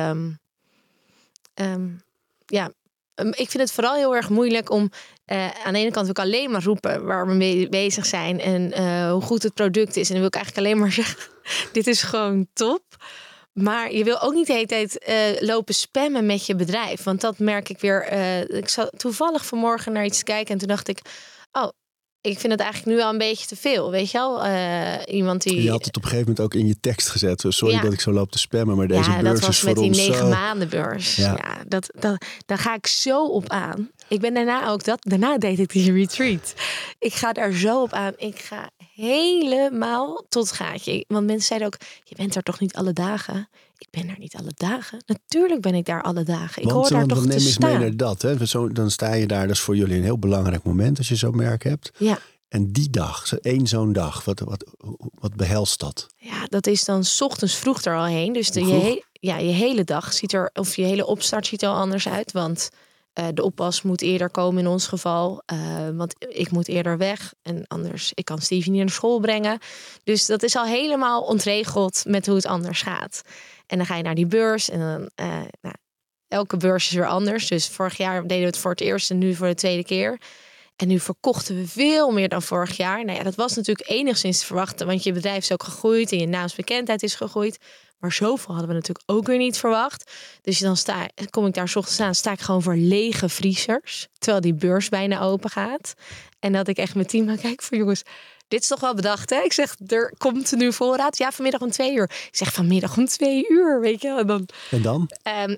Speaker 4: ik vind het vooral heel erg moeilijk om... aan de ene kant wil ik alleen maar roepen waar we mee bezig zijn... en hoe goed het product is. En dan wil ik eigenlijk alleen maar zeggen... dit is gewoon top. Maar je wil ook niet de hele tijd lopen spammen met je bedrijf. Want dat merk ik weer... ik zat toevallig vanmorgen naar iets kijken en toen dacht ik... ik vind het eigenlijk nu wel een beetje te veel, weet je wel? Iemand die...
Speaker 2: Je had het op een gegeven moment ook in je tekst gezet. Sorry dat ik zo loop te spammen, maar deze beurs is voor ons zo...
Speaker 4: dat was met die 9 maanden beurs. Ja, daar ga ik zo op aan. Ik ben daarna deed ik die retreat. Ik ga daar zo op aan. Ik ga helemaal tot het gaatje. Want mensen zeiden ook, je bent er toch niet alle dagen? Ik ben daar niet alle dagen. Natuurlijk ben ik daar alle dagen. Ik hoor daar toch te staan.
Speaker 2: Neem eens mee naar dat. Hè? Dan sta je daar. Dat is voor jullie een heel belangrijk moment als je zo'n merk hebt.
Speaker 4: Ja.
Speaker 2: En die dag, één zo'n dag, wat behelst dat?
Speaker 4: Ja, dat is dan 's ochtends vroeg er al heen. Dus je hele dag ziet er, of je hele opstart ziet er al anders uit. Want de oppas moet eerder komen in ons geval. Want ik moet eerder weg. En anders, ik kan Stevie niet naar school brengen. Dus dat is al helemaal ontregeld met hoe het anders gaat. En dan ga je naar die beurs. En dan, elke beurs is weer anders. Dus vorig jaar deden we het voor het eerst en nu voor de tweede keer. En nu verkochten we veel meer dan vorig jaar. Nou ja, dat was natuurlijk enigszins te verwachten. Want je bedrijf is ook gegroeid en je naamsbekendheid is gegroeid. Maar zoveel hadden we natuurlijk ook weer niet verwacht. Dus dan kom ik daar 's ochtends aan, sta ik gewoon voor lege vriezers. Terwijl die beurs bijna open gaat. En dat ik echt mijn team aan kijk van jongens, dit is toch wel bedacht, hè? Ik zeg, er komt nu voorraad. Ja, vanmiddag om 2 uur. Ik zeg, vanmiddag om 2 uur, weet je wel.
Speaker 2: En dan?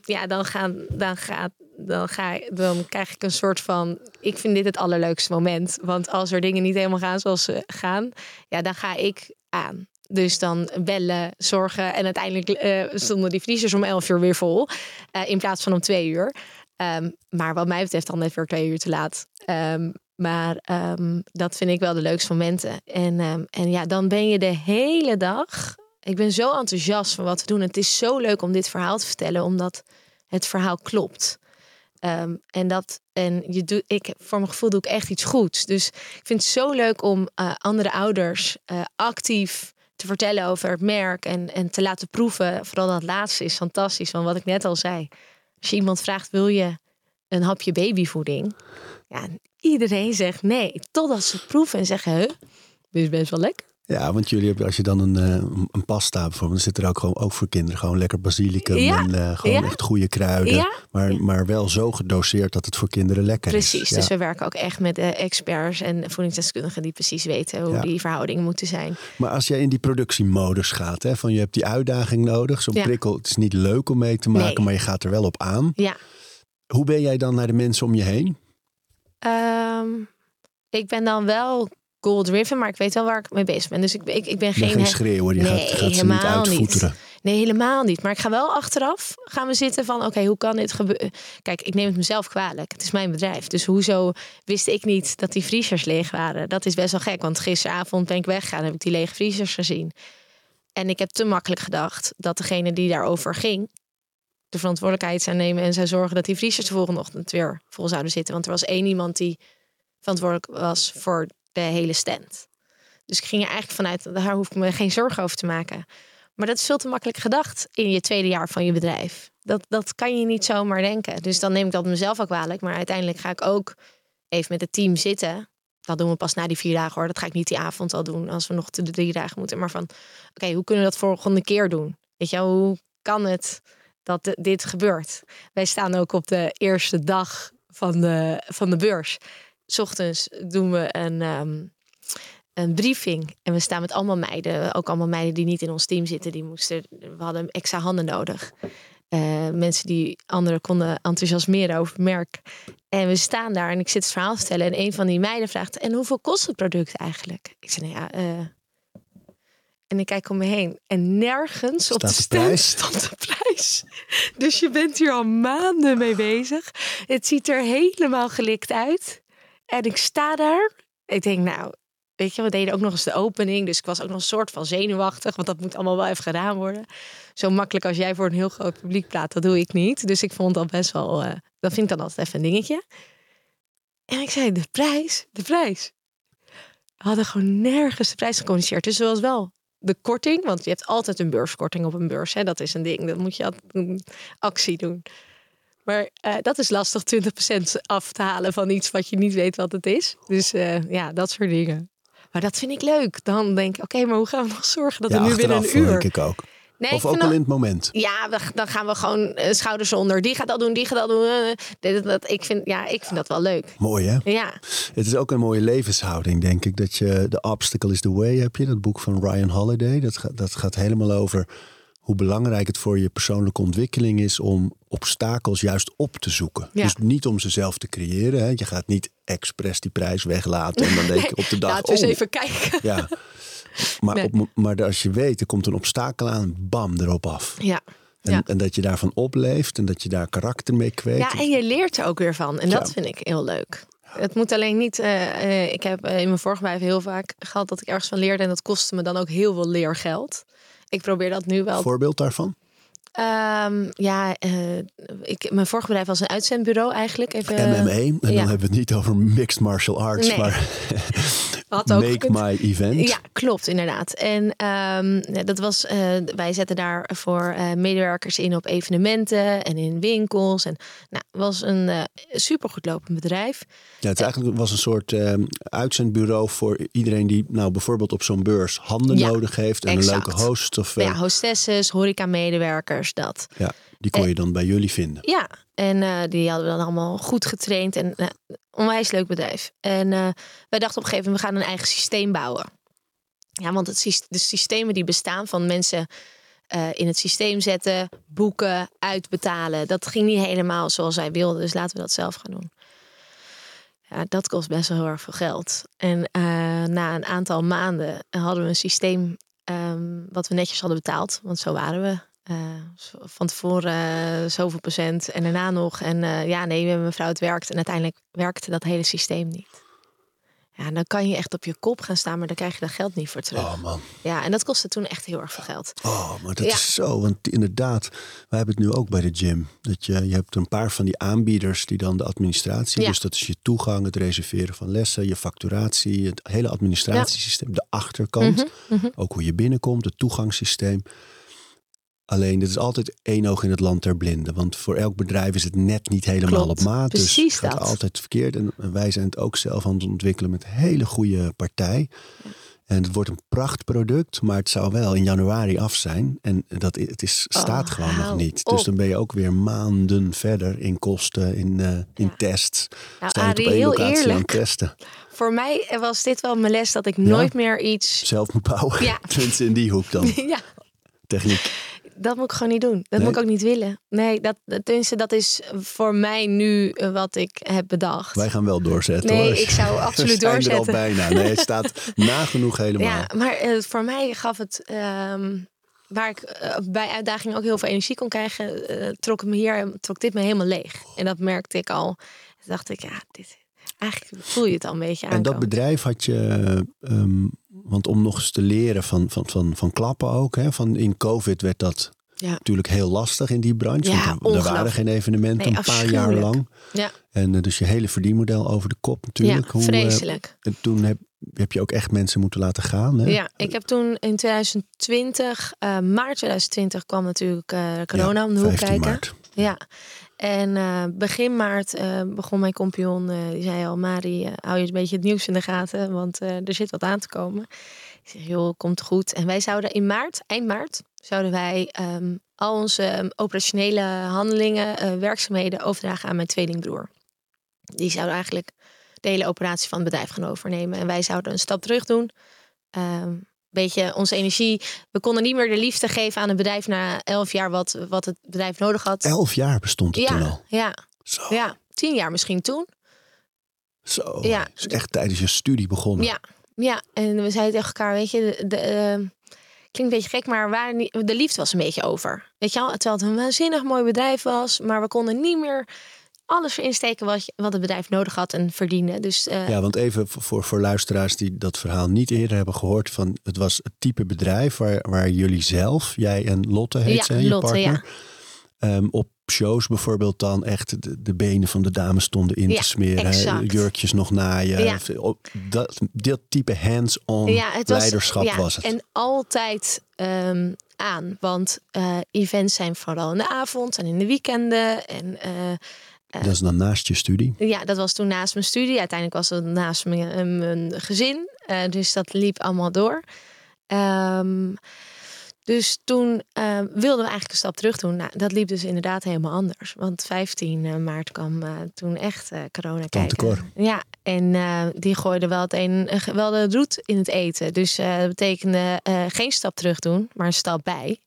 Speaker 4: Dan krijg ik een soort van... Ik vind dit het allerleukste moment. Want als er dingen niet helemaal gaan zoals ze gaan... ja, dan ga ik aan. Dus dan bellen, zorgen. En uiteindelijk stonden die vriezers om 11 uur weer vol. In plaats van om 2 uur. Maar wat mij betreft dan net weer 2 uur te laat. Maar dat vind ik wel de leukste momenten. En ja, dan ben je de hele dag... Ik ben zo enthousiast van wat we doen. Het is zo leuk om dit verhaal te vertellen. Omdat het verhaal klopt. Voor mijn gevoel doe ik echt iets goeds. Dus ik vind het zo leuk om andere ouders actief te vertellen over het merk. En te laten proeven. Vooral dat laatste is fantastisch. Want wat ik net al zei. Als je iemand vraagt, wil je een hapje babyvoeding? Ja, iedereen zegt nee. Totdat ze het proeven en zeggen, dit is best wel lekker.
Speaker 2: Ja, want jullie hebben, als je dan een pasta bijvoorbeeld, dan zit er ook voor kinderen gewoon lekker basilicum en gewoon echt goede kruiden. Ja. Maar wel zo gedoseerd dat het voor kinderen lekker is.
Speaker 4: Precies, dus we werken ook echt met experts en voedingsdeskundigen die precies weten hoe die verhoudingen moeten zijn.
Speaker 2: Maar als jij in die productiemodus gaat, hè, van je hebt die uitdaging nodig, zo'n prikkel, het is niet leuk om mee te maken, maar je gaat er wel op aan.
Speaker 4: Ja.
Speaker 2: Hoe ben jij dan naar de mensen om je heen?
Speaker 4: Ik ben dan wel goal-driven, maar ik weet wel waar ik mee bezig ben. Dus ik ben
Speaker 2: geen schreeuwer, je gaat ze niet uitvoeteren.
Speaker 4: Nee, helemaal niet. Maar ik ga wel achteraf gaan we zitten van oké, hoe kan dit gebeuren? Kijk, ik neem het mezelf kwalijk. Het is mijn bedrijf. Dus hoezo wist ik niet dat die vriezers leeg waren? Dat is best wel gek, want gisteravond ben ik weggegaan, heb ik die lege vriezers gezien. En ik heb te makkelijk gedacht dat degene die daarover ging de verantwoordelijkheid zou nemen en zou zorgen dat die vriezers de volgende ochtend weer vol zouden zitten. Want er was 1 iemand die verantwoordelijk was voor de hele stand. Dus ik ging er eigenlijk vanuit, daar hoef ik me geen zorgen over te maken. Maar dat is veel te makkelijk gedacht in je 2e jaar van je bedrijf. Dat kan je niet zomaar denken. Dus dan neem ik dat mezelf ook kwalijk. Maar uiteindelijk ga ik ook even met het team zitten. Dat doen we pas na die 4 dagen hoor. Dat ga ik niet die avond al doen als we nog de 3 dagen moeten. Maar van, oké, hoe kunnen we dat volgende keer doen? Weet je, hoe kan het dat dit gebeurt. Wij staan ook op de eerste dag van de beurs. 's Ochtends doen we een briefing. En we staan met allemaal meiden. Ook allemaal meiden die niet in ons team zitten. We hadden extra handen nodig. Mensen die anderen konden enthousiasmeren over het merk. En we staan daar en ik zit het verhaal te vertellen. En een van die meiden vraagt, en hoeveel kost het product eigenlijk? Ik zei, en ik kijk om me heen. En nergens op de stand stond de prijs. Dus je bent hier al maanden mee bezig. Het ziet er helemaal gelikt uit. En ik sta daar. Ik denk, weet je, we deden ook nog eens de opening. Dus ik was ook nog een soort van zenuwachtig. Want dat moet allemaal wel even gedaan worden. Zo makkelijk als jij voor een heel groot publiek praat, dat doe ik niet. Dus ik vond dat best wel... dat vind ik dan altijd even een dingetje. En ik zei, de prijs. We hadden gewoon nergens de prijs gecommuniceerd. Dus er was wel de korting. Want je hebt altijd een beurskorting op een beurs. Hè? Dat is een ding. Dat moet je altijd een actie doen. Maar dat is lastig 20% af te halen van iets wat je niet weet wat het is. Dus dat soort dingen. Maar dat vind ik leuk. Dan denk ik, oké, maar hoe gaan we nog zorgen dat er nu binnen een uur...
Speaker 2: denk ik ook. Nee, of ook al in het moment.
Speaker 4: Ja, dan gaan we gewoon schouders onder. Die gaat dat doen, die gaat dat doen. Ik vind dat wel leuk.
Speaker 2: Mooi, hè?
Speaker 4: Ja.
Speaker 2: Het is ook een mooie levenshouding, denk ik. Dat je The Obstacle is the Way heb je. Dat boek van Ryan Holiday. Dat gaat helemaal over hoe belangrijk het voor je persoonlijke ontwikkeling is om obstakels juist op te zoeken. Ja. Dus niet om ze zelf te creëren. Hè. Je gaat niet expres die prijs weglaten en dan denk je op de dag...
Speaker 4: Laten we eens even kijken.
Speaker 2: Ja. Maar als je weet, er komt een obstakel aan, bam, erop af.
Speaker 4: Ja.
Speaker 2: En dat je daarvan opleeft en dat je daar karakter mee kweekt.
Speaker 4: Ja, en je leert er ook weer van. En dat vind ik heel leuk. Het moet alleen niet... ik heb in mijn vorige bedrijf heel vaak gehad dat ik ergens van leerde. En dat kostte me dan ook heel veel leergeld. Ik probeer dat nu wel...
Speaker 2: Voorbeeld daarvan?
Speaker 4: Mijn vorige bedrijf was een uitzendbureau eigenlijk.
Speaker 2: MMA. En dan hebben we het niet over mixed martial arts,
Speaker 4: nee.
Speaker 2: Maar make my event.
Speaker 4: Ja, klopt, inderdaad. En dat was, wij zetten daarvoor medewerkers in op evenementen en in winkels. En het was een supergoed lopend bedrijf.
Speaker 2: Ja, het eigenlijk was een soort uitzendbureau voor iedereen die bijvoorbeeld op zo'n beurs handen nodig heeft. En
Speaker 4: exact.
Speaker 2: Een leuke host. Of,
Speaker 4: hostesses, horeca-medewerkers, dat.
Speaker 2: Ja, die kon je dan bij jullie vinden.
Speaker 4: Ja, en die hadden we dan allemaal goed getraind. En onwijs leuk bedrijf. En wij dachten op een gegeven moment, we gaan een eigen systeem bouwen. Ja, want de systemen die bestaan van mensen in het systeem zetten, boeken, uitbetalen. Dat ging niet helemaal zoals zij wilden. Dus laten we dat zelf gaan doen. Ja, dat kost best wel heel erg veel geld. En na een aantal maanden hadden we een systeem wat we netjes hadden betaald. Want zo waren we. Van tevoren zoveel procent en daarna nog. En mevrouw, het werkt. En uiteindelijk werkte dat hele systeem niet. Ja, dan kan je echt op je kop gaan staan, maar dan krijg je dat geld niet voor terug.
Speaker 2: Oh man.
Speaker 4: Ja, en dat kostte toen echt heel erg veel geld.
Speaker 2: Oh, maar dat is zo. Want inderdaad, wij hebben het nu ook bij de gym. Dat je hebt een paar van die aanbieders die dan de administratie. Ja. Dus dat is je toegang, het reserveren van lessen, je facturatie, het hele administratiesysteem, de achterkant. Mm-hmm. Ook hoe je binnenkomt, het toegangssysteem. Alleen, dit is altijd één oog in het land der blinden. Want voor elk bedrijf is het net niet helemaal op maat.
Speaker 4: Precies
Speaker 2: dus het gaat altijd verkeerd. En wij zijn het ook zelf aan het ontwikkelen met een hele goede partij. Ja. En het wordt een prachtproduct, maar het zou wel in januari af zijn. En staat gewoon nog niet. Dus dan ben je ook weer maanden verder in kosten, in tests.
Speaker 4: Nou,
Speaker 2: sta je op één locatie aan testen.
Speaker 4: Voor mij was dit wel mijn les dat ik nooit meer iets...
Speaker 2: zelf moet bouwen. Ja. Tenminste in die hoek dan.
Speaker 4: Ja.
Speaker 2: Techniek.
Speaker 4: Dat moet ik gewoon niet doen. Dat moet ik ook niet willen. Nee, dat is voor mij nu wat ik heb bedacht.
Speaker 2: Wij gaan wel doorzetten.
Speaker 4: Nee,
Speaker 2: hoor.
Speaker 4: Ik zou absoluut doorzetten.
Speaker 2: Er al bijna. Nee, het staat nagenoeg helemaal.
Speaker 4: Ja, maar voor mij gaf het... waar ik bij uitdagingen ook heel veel energie kon krijgen... trok dit me helemaal leeg. En dat merkte ik al. Toen dacht ik, eigenlijk voel je het al een beetje aankomen.
Speaker 2: En dat bedrijf had je... want om nog eens te leren van klappen ook. Hè, in COVID werd dat natuurlijk heel lastig in die branche.
Speaker 4: Ja,
Speaker 2: want er waren geen evenementen een paar jaar lang. Ja. En dus je hele verdienmodel over de kop natuurlijk.
Speaker 4: Ja, vreselijk.
Speaker 2: En toen heb je ook echt mensen moeten laten gaan. Hè?
Speaker 4: Ja, ik heb toen in 2020, maart 2020 kwam natuurlijk corona om de hoek kijken.
Speaker 2: Maart.
Speaker 4: Ja. En begin maart begon mijn compagnon, die zei al, Mari, hou je een beetje het nieuws in de gaten, want er zit wat aan te komen. Ik zeg, joh, komt goed. En wij zouden eind maart, zouden wij al onze operationele handelingen, werkzaamheden overdragen aan mijn tweelingbroer. Die zouden eigenlijk de hele operatie van het bedrijf gaan overnemen. En wij zouden een stap terug doen. Beetje onze energie. We konden niet meer de liefde geven aan het bedrijf na 11 jaar wat het bedrijf nodig had.
Speaker 2: 11 jaar bestond het toen al?
Speaker 4: Ja.
Speaker 2: Zo.
Speaker 4: Ja, 10 jaar misschien toen.
Speaker 2: Zo,
Speaker 4: ja.
Speaker 2: Dus echt tijdens je studie begonnen.
Speaker 4: Ja, en we zeiden tegen elkaar, weet je, klinkt een beetje gek, maar de liefde was een beetje over. Weet je wel, terwijl het een waanzinnig mooi bedrijf was, maar we konden niet meer alles erin steken wat het bedrijf nodig had en verdiende. Dus,
Speaker 2: ja, want even voor luisteraars die dat verhaal niet eerder hebben gehoord, van het was het type bedrijf waar jullie zelf, jij en Lotte heet ze, je partner, op shows bijvoorbeeld dan echt de benen van de dames stonden in te smeren. Jurkjes nog naaien. Ja. Dat type hands-on leiderschap was het.
Speaker 4: En altijd aan. Want events zijn vooral in de avond en in de weekenden. En,
Speaker 2: dat is dan naast je studie?
Speaker 4: Ja, dat was toen naast mijn studie. Uiteindelijk was het naast mijn gezin. Dus dat liep allemaal door. Dus toen wilden we eigenlijk een stap terug doen. Nou, dat liep dus inderdaad helemaal anders. Want 15 maart kwam toen echt corona kijken. Ja, en die gooide wel de roet in het eten. Dus dat betekende geen stap terug doen, maar een stap bij.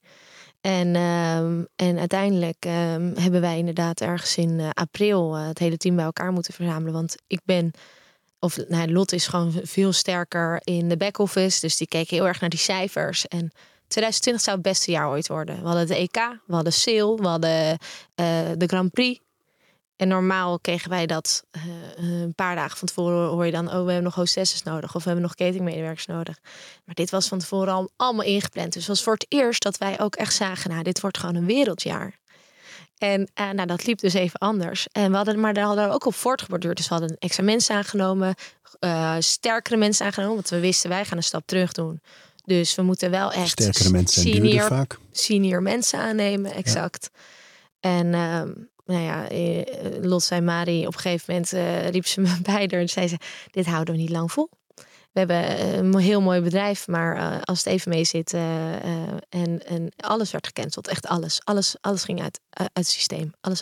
Speaker 4: En uiteindelijk hebben wij inderdaad ergens in april het hele team bij elkaar moeten verzamelen. Want Lot is gewoon veel sterker in de back-office. Dus die keek heel erg naar die cijfers. En 2020 zou het beste jaar ooit worden. We hadden de EK, we hadden Sail, we hadden de Grand Prix. En normaal kregen wij dat een paar dagen van tevoren hoor je dan, we hebben nog hostesses nodig of we hebben nog cateringmedewerkers nodig. Maar dit was van tevoren allemaal ingepland. Dus het was voor het eerst dat wij ook echt zagen, dit wordt gewoon een wereldjaar. En dat liep dus even anders. En daar hadden we ook op voortgeborduurd. Dus we hadden extra mensen aangenomen, sterkere mensen aangenomen. Want we wisten, wij gaan een stap terug doen. Dus we moeten wel echt
Speaker 2: sterkere mensen en duurder vaak.
Speaker 4: Senior mensen aannemen, exact. Ja. En Lot zei Marie, op een gegeven moment riep ze me bij haar en zei ze, dit houden we niet lang vol. We hebben een heel mooi bedrijf, maar als het even mee zit en alles werd gecanceld, echt alles ging uit het systeem. Alles.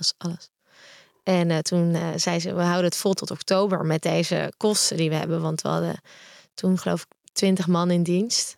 Speaker 4: En toen zei ze, we houden het vol tot oktober met deze kosten die we hebben, want we hadden toen geloof ik 20 man in dienst.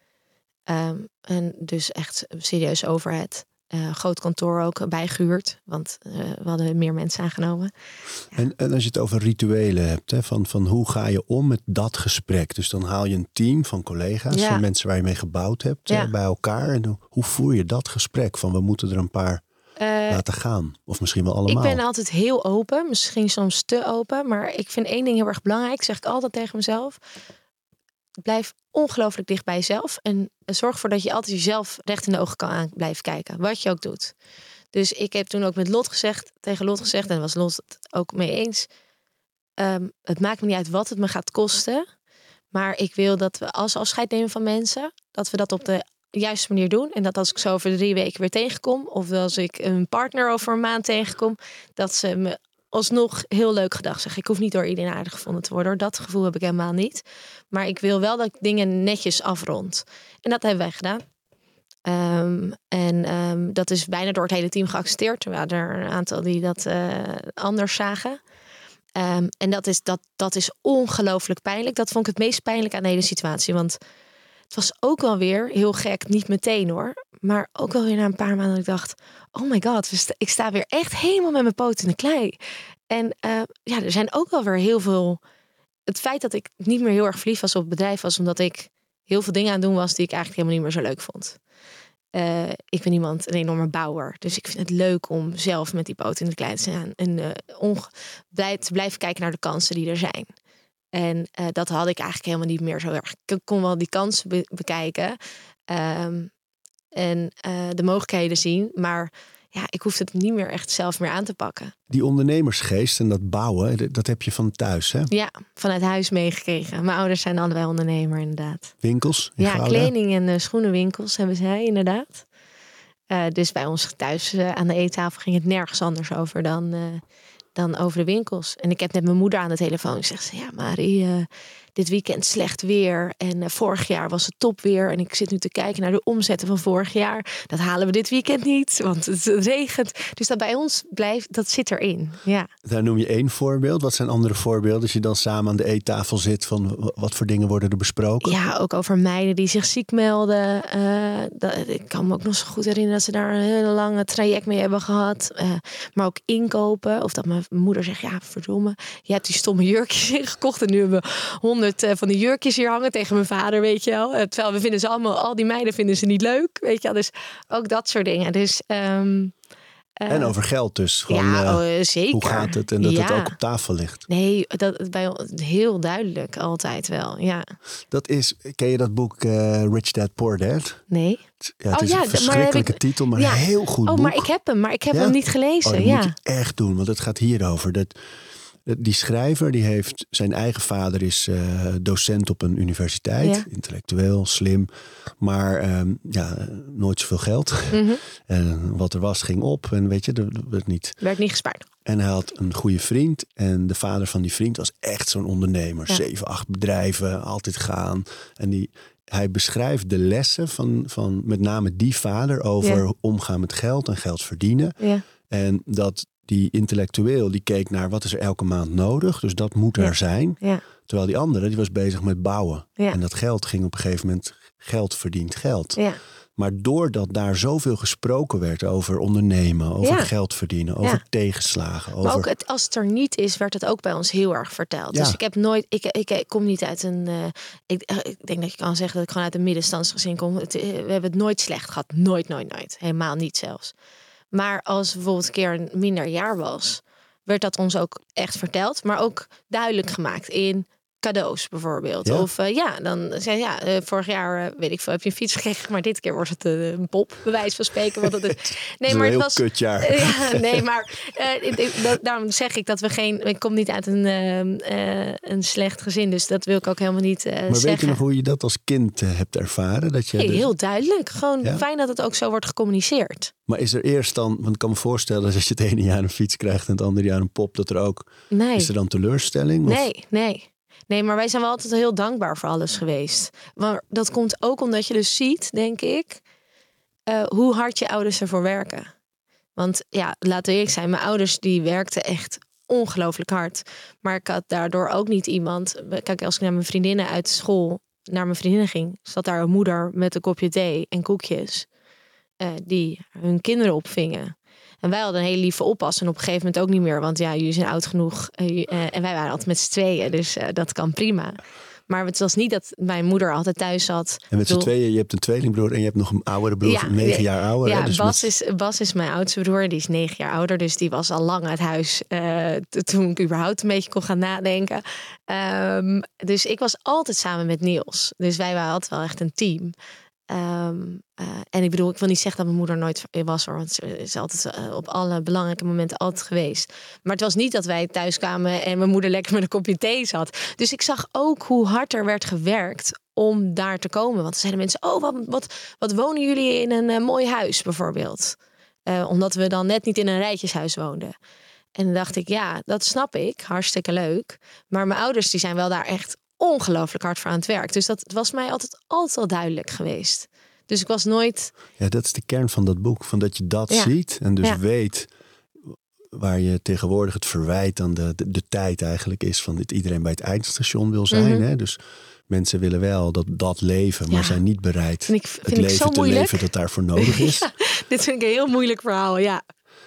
Speaker 4: En dus echt serieus overhead. Groot kantoor ook bijgehuurd, want we hadden meer mensen aangenomen.
Speaker 2: Ja. En als je het over rituelen hebt, hè, van hoe ga je om met dat gesprek? Dus dan haal je een team van collega's, van mensen waar je mee gebouwd hebt, bij elkaar. En hoe voer je dat gesprek van we moeten er een paar laten gaan? Of misschien wel allemaal?
Speaker 4: Ik ben altijd heel open, misschien soms te open. Maar ik vind 1 ding heel erg belangrijk, zeg ik altijd tegen mezelf. Blijf ongelooflijk dicht bij jezelf. En zorg ervoor dat je altijd jezelf recht in de ogen kan blijven kijken. Wat je ook doet. Dus ik heb toen ook met tegen Lot gezegd. En was Lot het ook mee eens. Het maakt me niet uit wat het me gaat kosten. Maar ik wil dat we als afscheid nemen van mensen. Dat we dat op de juiste manier doen. En dat als ik zo over 3 weken weer tegenkom. Of als ik een partner over een maand tegenkom. Dat ze me alsnog heel leuk gedacht zeggen. Ik hoef niet door iedereen aardig gevonden te worden. Dat gevoel heb ik helemaal niet. Maar ik wil wel dat ik dingen netjes afrond. En dat hebben wij gedaan. Dat is bijna door het hele team geaccepteerd. Er waren er een aantal die dat anders zagen. En dat is ongelooflijk pijnlijk. Dat vond ik het meest pijnlijk aan de hele situatie. Want het was ook wel weer heel gek. Niet meteen hoor. Maar ook wel weer na een paar maanden dat ik dacht, oh my god, ik sta weer echt helemaal met mijn poot in de klei. En er zijn ook wel weer heel veel. Het feit dat ik niet meer heel erg verliefd was op het bedrijf was omdat ik heel veel dingen aan het doen was die ik eigenlijk helemaal niet meer zo leuk vond. Ik ben een enorme bouwer. Dus ik vind het leuk om zelf met die poot in de klei te staan. En te blijven kijken naar de kansen die er zijn. En dat had ik eigenlijk helemaal niet meer zo erg. Ik kon wel die kansen bekijken. En de mogelijkheden zien. Maar ik hoef het niet meer echt zelf meer aan te pakken.
Speaker 2: Die ondernemersgeest en dat bouwen, dat heb je van thuis, hè?
Speaker 4: Ja, vanuit huis meegekregen. Mijn ouders zijn allebei ondernemer, inderdaad.
Speaker 2: Winkels?
Speaker 4: Ja, kleding- en schoenenwinkels hebben zij, inderdaad. Dus bij ons thuis aan de eettafel ging het nergens anders over dan over de winkels. En ik heb net mijn moeder aan de telefoon. Ik zeg, ja Marie, dit weekend slecht weer. En vorig jaar was het topweer. En ik zit nu te kijken naar de omzetten van vorig jaar. Dat halen we dit weekend niet, want het regent. Dus dat bij ons blijft, dat zit erin. Ja.
Speaker 2: Daar noem je 1 voorbeeld. Wat zijn andere voorbeelden als je dan samen aan de eettafel zit? Van wat voor dingen worden er besproken?
Speaker 4: Ja, ook over meiden die zich ziek melden. Ik kan me ook nog zo goed herinneren dat ze daar een hele lange traject mee hebben gehad. Maar ook inkopen. Of dat mijn moeder zegt, ja, verdomme. Je hebt die stomme jurkjes ingekocht. En nu hebben we 100 van die jurkjes hier hangen tegen mijn vader, weet je wel. Terwijl we vinden ze allemaal, al die meiden vinden ze niet leuk, weet je wel. Dus ook dat soort dingen. Dus...
Speaker 2: en over geld dus. Gewoon,
Speaker 4: zeker.
Speaker 2: Hoe gaat het? En dat het ook op tafel ligt.
Speaker 4: Nee, dat bij ons heel duidelijk. Altijd wel, ja.
Speaker 2: Dat is, ken je dat boek Rich Dad Poor Dad?
Speaker 4: Nee.
Speaker 2: Ja, het is een verschrikkelijke titel, maar een heel goed boek.
Speaker 4: Maar ik heb hem niet gelezen.
Speaker 2: Dat moet je echt doen, want het gaat hierover. Die schrijver, die heeft zijn eigen vader is docent op een universiteit. Ja. Intellectueel, slim. Maar nooit zoveel geld. Mm-hmm. En wat er was, ging op. En weet je, er werd niet
Speaker 4: gespaard.
Speaker 2: En hij had een goede vriend. En de vader van die vriend was echt zo'n ondernemer. Ja. 7, 8 bedrijven, altijd gaan. En hij beschrijft de lessen van met name die vader over omgaan met geld en geld verdienen. Ja. En dat die intellectueel, die keek naar wat is er elke maand nodig. Dus dat moet er zijn. Ja. Terwijl die andere, die was bezig met bouwen. Ja. En dat geld ging op een gegeven moment, geld verdient geld. Ja. Maar doordat daar zoveel gesproken werd over ondernemen, over geld verdienen, over tegenslagen.
Speaker 4: Maar ook als het er niet is, werd het ook bij ons heel erg verteld. Ja. Dus ik heb nooit, ik kom niet uit een, ik denk dat je kan zeggen dat ik gewoon uit een middenstandsgezin kom. We hebben het nooit slecht gehad. Nooit. Helemaal niet zelfs. Maar als bijvoorbeeld een keer een minder jaar was, werd dat ons ook echt verteld. Maar ook duidelijk gemaakt in cadeaus bijvoorbeeld. Ja. Of dan zei vorig jaar weet ik veel, heb je een fiets gekregen, maar dit keer wordt het een pop, bij wijze van spreken. Want het was
Speaker 2: kutjaar.
Speaker 4: Daarom zeg ik dat ik kom niet uit een slecht gezin, dus dat wil ik ook helemaal niet zeggen.
Speaker 2: Maar weet je nog hoe je dat als kind hebt ervaren? Dat je
Speaker 4: heel duidelijk. Gewoon fijn dat het ook zo wordt gecommuniceerd.
Speaker 2: Maar is er eerst dan, want ik kan me voorstellen dat als je het ene jaar een fiets krijgt en het andere jaar een pop, dat er ook, is er dan teleurstelling? Of?
Speaker 4: Nee, maar wij zijn wel altijd heel dankbaar voor alles geweest. Maar dat komt ook omdat je dus ziet, denk ik, hoe hard je ouders ervoor werken. Want ja, laten we eerlijk zijn, mijn ouders die werkten echt ongelooflijk hard. Maar ik had daardoor ook niet iemand. Kijk, als ik naar mijn vriendinnen uit school, naar mijn vriendinnen ging, zat daar een moeder met een kopje thee en koekjes. Die hun kinderen opvingen. En wij hadden een hele lieve oppas en op een gegeven moment ook niet meer. Want ja, jullie zijn oud genoeg. En wij waren altijd met z'n tweeën. Dus dat kan prima. Maar het was niet dat mijn moeder altijd thuis zat.
Speaker 2: En met z'n tweeën, je hebt een tweelingbroer en je hebt nog een oudere broer, 9 jaar ouder.
Speaker 4: Ja, dus Bas is mijn oudste broer. Die is 9 jaar ouder. Dus die was al lang uit huis toen ik überhaupt een beetje kon gaan nadenken. Dus ik was altijd samen met Niels. Dus wij waren altijd wel echt een team. En ik bedoel, ik wil niet zeggen dat mijn moeder nooit was hoor, want ze is altijd op alle belangrijke momenten altijd geweest. Maar het was niet dat wij thuis kwamen en mijn moeder lekker met een kopje thee zat. Dus ik zag ook hoe hard er werd gewerkt om daar te komen. Want er zeiden mensen, wat wonen jullie in een mooi huis bijvoorbeeld? Omdat we dan net niet in een rijtjeshuis woonden. En dan dacht ik, ja, dat snap ik, hartstikke leuk. Maar mijn ouders die zijn wel daar echt ongelooflijk hard voor aan het werk. Dus dat was mij altijd al duidelijk geweest. Dus ik was nooit...
Speaker 2: Ja, dat is de kern van dat boek. Van dat je dat ziet en dus weet waar je tegenwoordig het verwijt aan de tijd eigenlijk is. Van dat iedereen bij het eindstation wil zijn. Mm-hmm. Hè? Dus mensen willen wel dat leven, maar zijn niet bereid het leven te leven dat daarvoor nodig is.
Speaker 4: Dit vind ik een heel moeilijk verhaal, ja.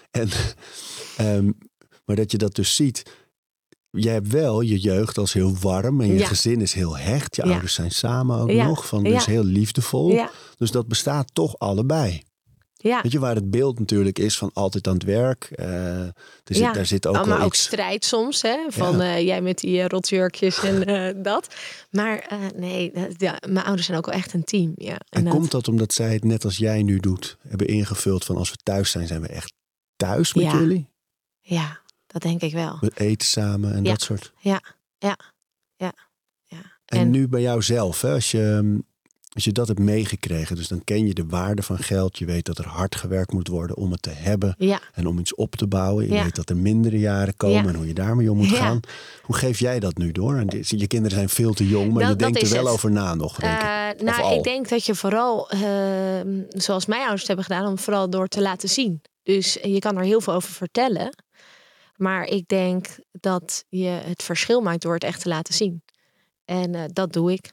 Speaker 2: En, maar dat je dat dus ziet. Je hebt wel je jeugd als heel warm en je gezin is heel hecht. Je ouders zijn samen ook nog. Dus heel liefdevol. Ja. Dus dat bestaat toch allebei. Ja. Weet je, waar het beeld natuurlijk is van altijd aan het werk. Daar zit ook
Speaker 4: maar
Speaker 2: al
Speaker 4: ook
Speaker 2: iets...
Speaker 4: strijd soms. Hè? Van jij met die rotjurkjes en dat. Maar mijn ouders zijn ook wel echt een team. Ja,
Speaker 2: en komt dat omdat zij het net als jij nu doet hebben ingevuld van als we thuis zijn, zijn we echt thuis met jullie?
Speaker 4: Ja. Dat denk ik wel.
Speaker 2: We eten samen en dat soort.
Speaker 4: Ja.
Speaker 2: En nu bij jou zelf, hè? Als je Als je dat hebt meegekregen, dus dan ken je de waarde van geld. Je weet dat er hard gewerkt moet worden om het te hebben.
Speaker 4: Ja.
Speaker 2: En om iets op te bouwen. Je
Speaker 4: Ja.
Speaker 2: weet dat er mindere jaren komen
Speaker 4: Ja.
Speaker 2: en hoe je daarmee om moet
Speaker 4: Ja.
Speaker 2: gaan. Hoe geef jij dat nu door? En je kinderen zijn veel te jong, maar
Speaker 4: Dat
Speaker 2: je denkt er
Speaker 4: is
Speaker 2: wel
Speaker 4: het.
Speaker 2: over na nog, denk ik. Of al.
Speaker 4: Ik denk dat je vooral, zoals mijn ouders het hebben gedaan, om vooral door te laten zien. Dus je kan er heel veel over vertellen. Maar ik denk dat je het verschil maakt door het echt te laten zien. En dat doe ik.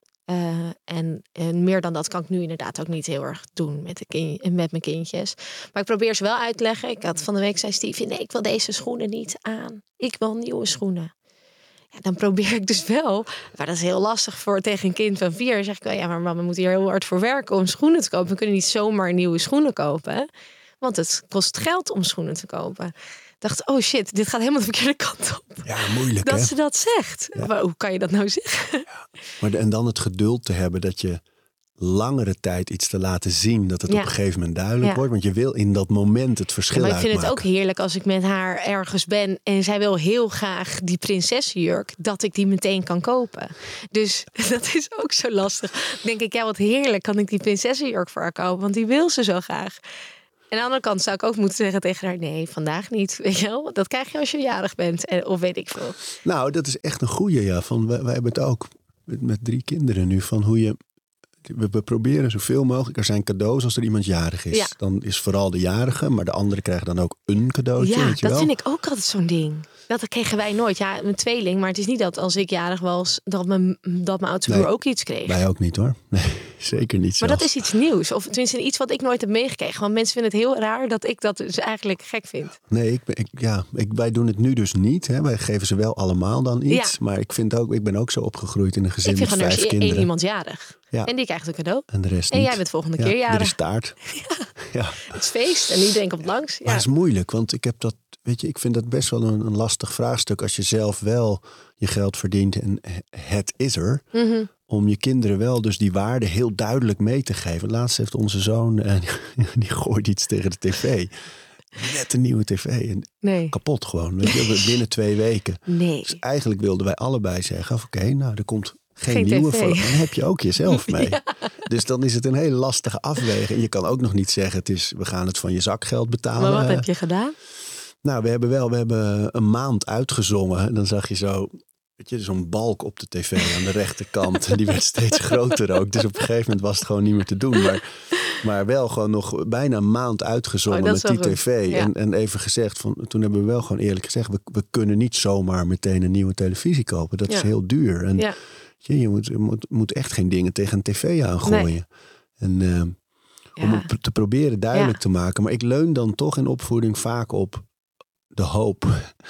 Speaker 4: En meer dan dat kan ik nu inderdaad ook niet heel erg doen met mijn kindjes. Maar ik probeer ze wel uit te leggen. Ik had van de week zei Steve, nee, ik wil deze schoenen niet aan. Ik wil nieuwe schoenen. Ja, dan probeer ik dus wel, maar dat is heel lastig tegen een kind van 4. Dan zeg ik wel, ja, maar mama moet hier heel hard voor werken om schoenen te kopen. We kunnen niet zomaar nieuwe schoenen kopen. Want het kost geld om schoenen te kopen. Ik dacht, oh shit, dit gaat helemaal de verkeerde kant op.
Speaker 2: Ja, moeilijk
Speaker 4: Dat
Speaker 2: hè?
Speaker 4: ze dat zegt.
Speaker 2: Ja.
Speaker 4: Maar hoe kan je dat nou zeggen?
Speaker 2: En dan het geduld te hebben dat je langere tijd iets te laten zien. Dat het
Speaker 4: Ja.
Speaker 2: op een gegeven moment duidelijk
Speaker 4: Ja.
Speaker 2: wordt. Want je wil in dat moment het verschil
Speaker 4: Maar ik vind
Speaker 2: uitmaken.
Speaker 4: het ook heerlijk als ik met haar ergens ben en zij wil heel graag die prinsessenjurk, dat ik die meteen kan kopen. Dus dat is ook zo lastig. Dan denk ik, ja, wat heerlijk, kan ik die prinsessenjurk voor haar kopen, want die wil ze zo graag. En aan de andere kant zou ik ook moeten zeggen tegen haar, nee, vandaag niet. Weet je wel? Dat krijg je als je jarig bent. Of weet ik veel.
Speaker 2: Nou, dat is echt een goeie, ja. Wij hebben het ook met 3 kinderen nu. Van hoe je... We proberen zoveel mogelijk. Er zijn cadeaus als er iemand jarig is.
Speaker 4: Ja.
Speaker 2: Dan is vooral de jarige. Maar de anderen krijgen dan ook een cadeautje.
Speaker 4: Ja,
Speaker 2: weet je
Speaker 4: dat
Speaker 2: wel?
Speaker 4: vind ik ook altijd zo'n ding. Dat kregen wij nooit. Ja, mijn tweeling. Maar het is niet dat als ik jarig was, dat mijn oudste broer ook iets kreeg.
Speaker 2: Wij ook niet hoor. Nee, zeker niet
Speaker 4: Maar
Speaker 2: zelfs.
Speaker 4: dat is iets nieuws. Of tenminste iets wat ik nooit heb meegekregen. Want mensen vinden het heel raar dat ik dat dus eigenlijk gek vind.
Speaker 2: Nee, wij doen het nu dus niet. Hè. Wij geven ze wel allemaal dan iets.
Speaker 4: Ja.
Speaker 2: Maar ik ben ook zo opgegroeid in een gezin
Speaker 4: Ik vind
Speaker 2: met
Speaker 4: gewoon
Speaker 2: 5
Speaker 4: er is
Speaker 2: kinderen.
Speaker 4: één iemand jarig.
Speaker 2: Ja.
Speaker 4: En die krijgt een cadeau.
Speaker 2: En de rest
Speaker 4: En
Speaker 2: niet.
Speaker 4: jij bent volgende
Speaker 2: Ja,
Speaker 4: keer
Speaker 2: weer
Speaker 4: jarig.
Speaker 2: de staart. Ja.
Speaker 4: Het is feest en iedereen komt langs.
Speaker 2: Maar het is moeilijk, want ik vind dat best wel een lastig vraagstuk als je zelf wel je geld verdient en het is er.
Speaker 4: Mhm.
Speaker 2: Om je kinderen wel dus die waarde heel duidelijk mee te geven. Laatst heeft onze zoon, die gooit iets tegen de tv. Net een nieuwe tv. En
Speaker 4: Nee.
Speaker 2: kapot gewoon. Weet je, binnen 2 weken.
Speaker 4: Nee.
Speaker 2: Dus eigenlijk wilden wij allebei zeggen, oké, nou er komt geen
Speaker 4: Geen
Speaker 2: nieuwe
Speaker 4: tv.
Speaker 2: voor. Dan heb je ook jezelf mee. Dus dan is het een hele lastige afweging. En je kan ook nog niet zeggen, we gaan het van je zakgeld betalen.
Speaker 4: Maar wat heb je gedaan?
Speaker 2: Nou, we hebben een maand uitgezongen. En dan zag je zo, weet je, zo'n balk op de tv aan de rechterkant. En die werd steeds groter ook. Dus op een gegeven moment was het gewoon niet meer te doen. Maar wel gewoon nog bijna een maand uitgezongen
Speaker 4: dat is
Speaker 2: met die
Speaker 4: wel goed.
Speaker 2: tv.
Speaker 4: Ja.
Speaker 2: En even gezegd, toen hebben we wel gewoon eerlijk gezegd, we kunnen niet zomaar meteen een nieuwe televisie kopen. Dat is
Speaker 4: Ja.
Speaker 2: heel duur. En
Speaker 4: Ja.
Speaker 2: je moet echt geen dingen tegen een tv aangooien.
Speaker 4: Nee.
Speaker 2: En om
Speaker 4: Ja.
Speaker 2: het te proberen duidelijk
Speaker 4: Ja.
Speaker 2: te maken. Maar ik leun dan toch in opvoeding vaak op de hoop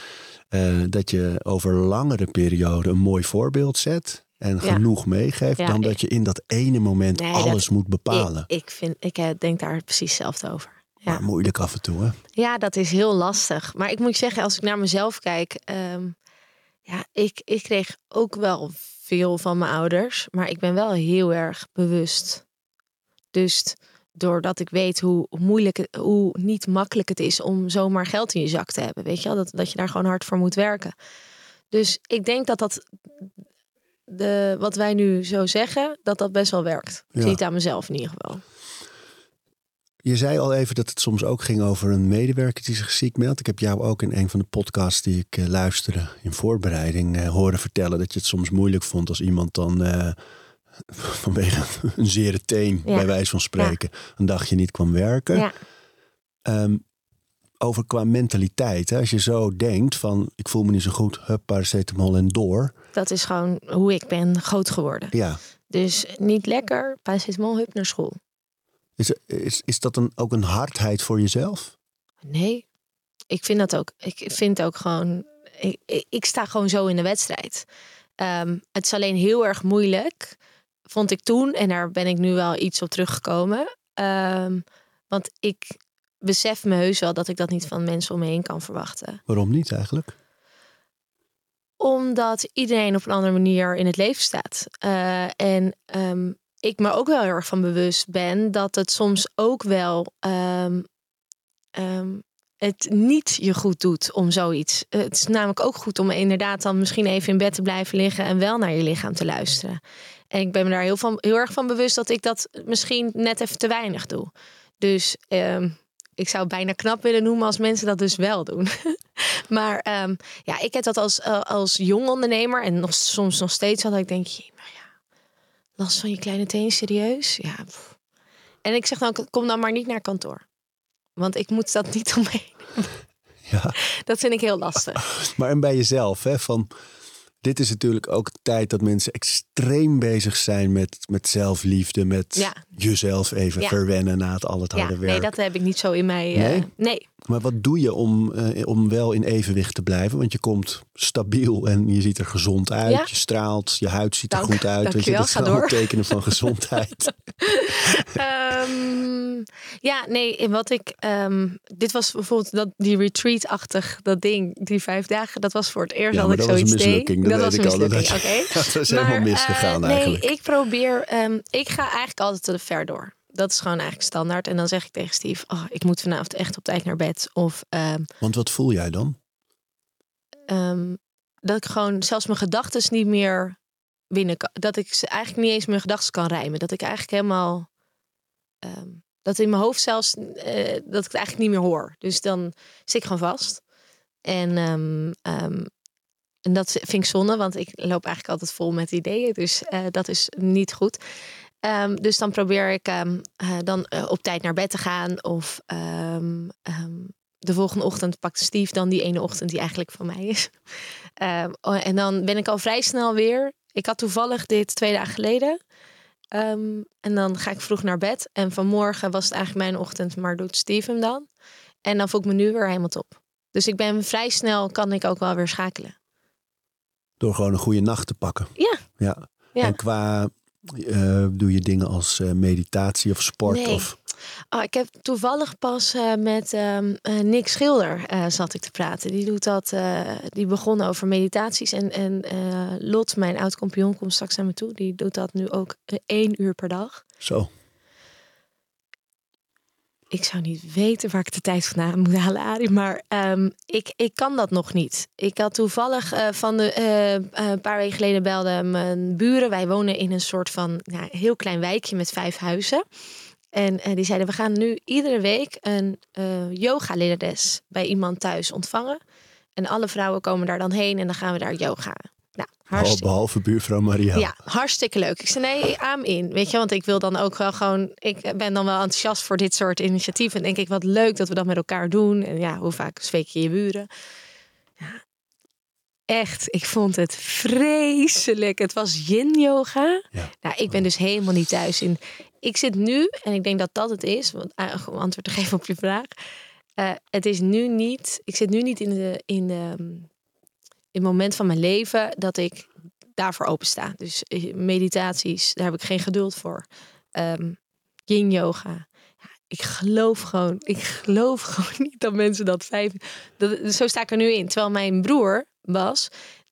Speaker 2: dat je over langere periode een mooi voorbeeld zet en
Speaker 4: Ja.
Speaker 2: genoeg meegeeft,
Speaker 4: Ja,
Speaker 2: dan dat je in dat ene moment
Speaker 4: Nee,
Speaker 2: alles moet bepalen.
Speaker 4: Ik denk daar precies hetzelfde over. Ja.
Speaker 2: Maar moeilijk af en toe, hè?
Speaker 4: Ja, dat is heel lastig. Maar ik moet zeggen, als ik naar mezelf kijk, ik kreeg ook wel veel van mijn ouders, maar ik ben wel heel erg bewust. Dus doordat ik weet hoe niet makkelijk het is om zomaar geld in je zak te hebben, weet je wel, dat je daar gewoon hard voor moet werken. Dus ik denk dat wat wij nu zo zeggen, dat best wel werkt. Ik
Speaker 2: Ja.
Speaker 4: zie het aan mezelf in ieder geval.
Speaker 2: Je zei al even dat het soms ook ging over een medewerker die zich ziek meldt. Ik heb jou ook in een van de podcasts die ik luisterde in voorbereiding horen vertellen dat je het soms moeilijk vond als iemand dan vanwege een zere teen,
Speaker 4: Ja.
Speaker 2: bij wijze van spreken, een dagje niet kwam werken.
Speaker 4: Ja.
Speaker 2: Over qua mentaliteit, hè? Als je zo denkt van ik voel me niet zo goed, hup, paracetamol en door.
Speaker 4: Dat is gewoon hoe ik ben groot geworden.
Speaker 2: Ja.
Speaker 4: Dus niet lekker, paracetamol, hup naar school.
Speaker 2: Is dat ook een hardheid voor jezelf?
Speaker 4: Nee, ik vind dat ook. Ik vind ook gewoon, ik sta gewoon zo in de wedstrijd. Het is alleen heel erg moeilijk, vond ik toen. En daar ben ik nu wel iets op teruggekomen. Want ik besef me heus wel dat ik dat niet van mensen om me heen kan verwachten.
Speaker 2: Waarom niet eigenlijk?
Speaker 4: Omdat iedereen op een andere manier in het leven staat. En ik me ook wel heel erg van bewust ben dat het soms ook wel het niet je goed doet om zoiets. Het is namelijk ook goed om inderdaad dan misschien even in bed te blijven liggen en wel naar je lichaam te luisteren. En ik ben me daar heel erg van bewust dat ik dat misschien net even te weinig doe. Dus ik zou het bijna knap willen noemen als mensen dat dus wel doen. Maar ik heb dat als jong ondernemer en soms nog steeds wel dat ik denk, maar ja, last van je kleine teen, serieus? Ja. Pff. En ik zeg dan, kom dan maar niet naar kantoor. Want ik moet dat niet omheen.
Speaker 2: Ja.
Speaker 4: Dat vind ik heel lastig.
Speaker 2: Maar en bij jezelf, hè, van... Dit is natuurlijk ook de tijd dat mensen extreem bezig zijn met zelfliefde. Met jezelf even verwennen na al het harde werk.
Speaker 4: Nee, dat heb ik niet zo in mij. Nee.
Speaker 2: Maar wat doe je om wel in evenwicht te blijven? Want je komt stabiel en je ziet er gezond uit. Ja. Je straalt, je huid ziet er goed uit. Weet je, dat zijn allemaal tekenen van gezondheid.
Speaker 4: Dit was bijvoorbeeld die retreat-achtig, dat ding, die 5 dagen. Dat was voor het eerst dat ik
Speaker 2: zoiets deed.
Speaker 4: Dat was een mislukking, oké.
Speaker 2: Dat is helemaal misgegaan eigenlijk.
Speaker 4: Nee, ik ga eigenlijk altijd te ver door. Dat is gewoon eigenlijk standaard. En dan zeg ik tegen Steve, ik moet vanavond echt op tijd naar bed.
Speaker 2: Want wat voel jij dan?
Speaker 4: Dat ik gewoon zelfs mijn gedachten niet meer binnen kan. Dat ik eigenlijk niet eens mijn gedachten kan rijmen. Dat ik eigenlijk helemaal... dat in mijn hoofd zelfs... dat ik het eigenlijk niet meer hoor. Dus dan zit ik gewoon vast. En dat vind ik zonde. Want ik loop eigenlijk altijd vol met ideeën. Dus dat is niet goed. Dus dan probeer ik op tijd naar bed te gaan. Of de volgende ochtend pakt Steve dan die ene ochtend die eigenlijk van mij is. En dan ben ik al vrij snel weer. Ik had toevallig dit 2 dagen geleden. En dan ga ik vroeg naar bed. En vanmorgen was het eigenlijk mijn ochtend, maar doet Steve hem dan. En dan voel ik me nu weer helemaal top. Dus ik ben vrij snel, kan ik ook wel weer schakelen.
Speaker 2: Door gewoon een goede nacht te pakken. Ja. En qua... doe je dingen als meditatie of sport?
Speaker 4: Nee. Ik heb toevallig pas met Nick Schilder zat ik te praten. Die doet dat. Die begon over meditaties. En Lot, mijn oud-kampioen, komt straks naar me toe. Die doet dat nu ook 1 uur per dag.
Speaker 2: Zo.
Speaker 4: Ik zou niet weten waar ik de tijd vandaan moet halen, Arie. Maar ik kan dat nog niet. Ik had toevallig een paar weken geleden belde mijn buren. Wij wonen in een soort van heel klein wijkje met 5 huizen. En die zeiden, we gaan nu iedere week een yoga-lerares bij iemand thuis ontvangen. En alle vrouwen komen daar dan heen en dan gaan we daar yoga. Nou,
Speaker 2: behalve buurvrouw Maria.
Speaker 4: Ja, hartstikke leuk. Ik zei, nee, aan in. Weet je, want ik wil dan ook wel gewoon... Ik ben dan wel enthousiast voor dit soort initiatieven. En denk ik, wat leuk dat we dat met elkaar doen. En ja, hoe vaak zweek je je buren? Ja, echt, ik vond het vreselijk. Het was yin-yoga. Ja. Nou, ik ben dus helemaal niet thuis in. Ik zit nu, en ik denk dat dat het is... om antwoord te geven op je vraag. Het is nu niet... Ik zit nu niet in het moment van mijn leven dat ik daarvoor opensta. Dus meditaties, daar heb ik geen geduld voor. Yin yoga. Ja, ik geloof gewoon niet dat mensen dat zo sta ik er nu in. Terwijl mijn broer Bas,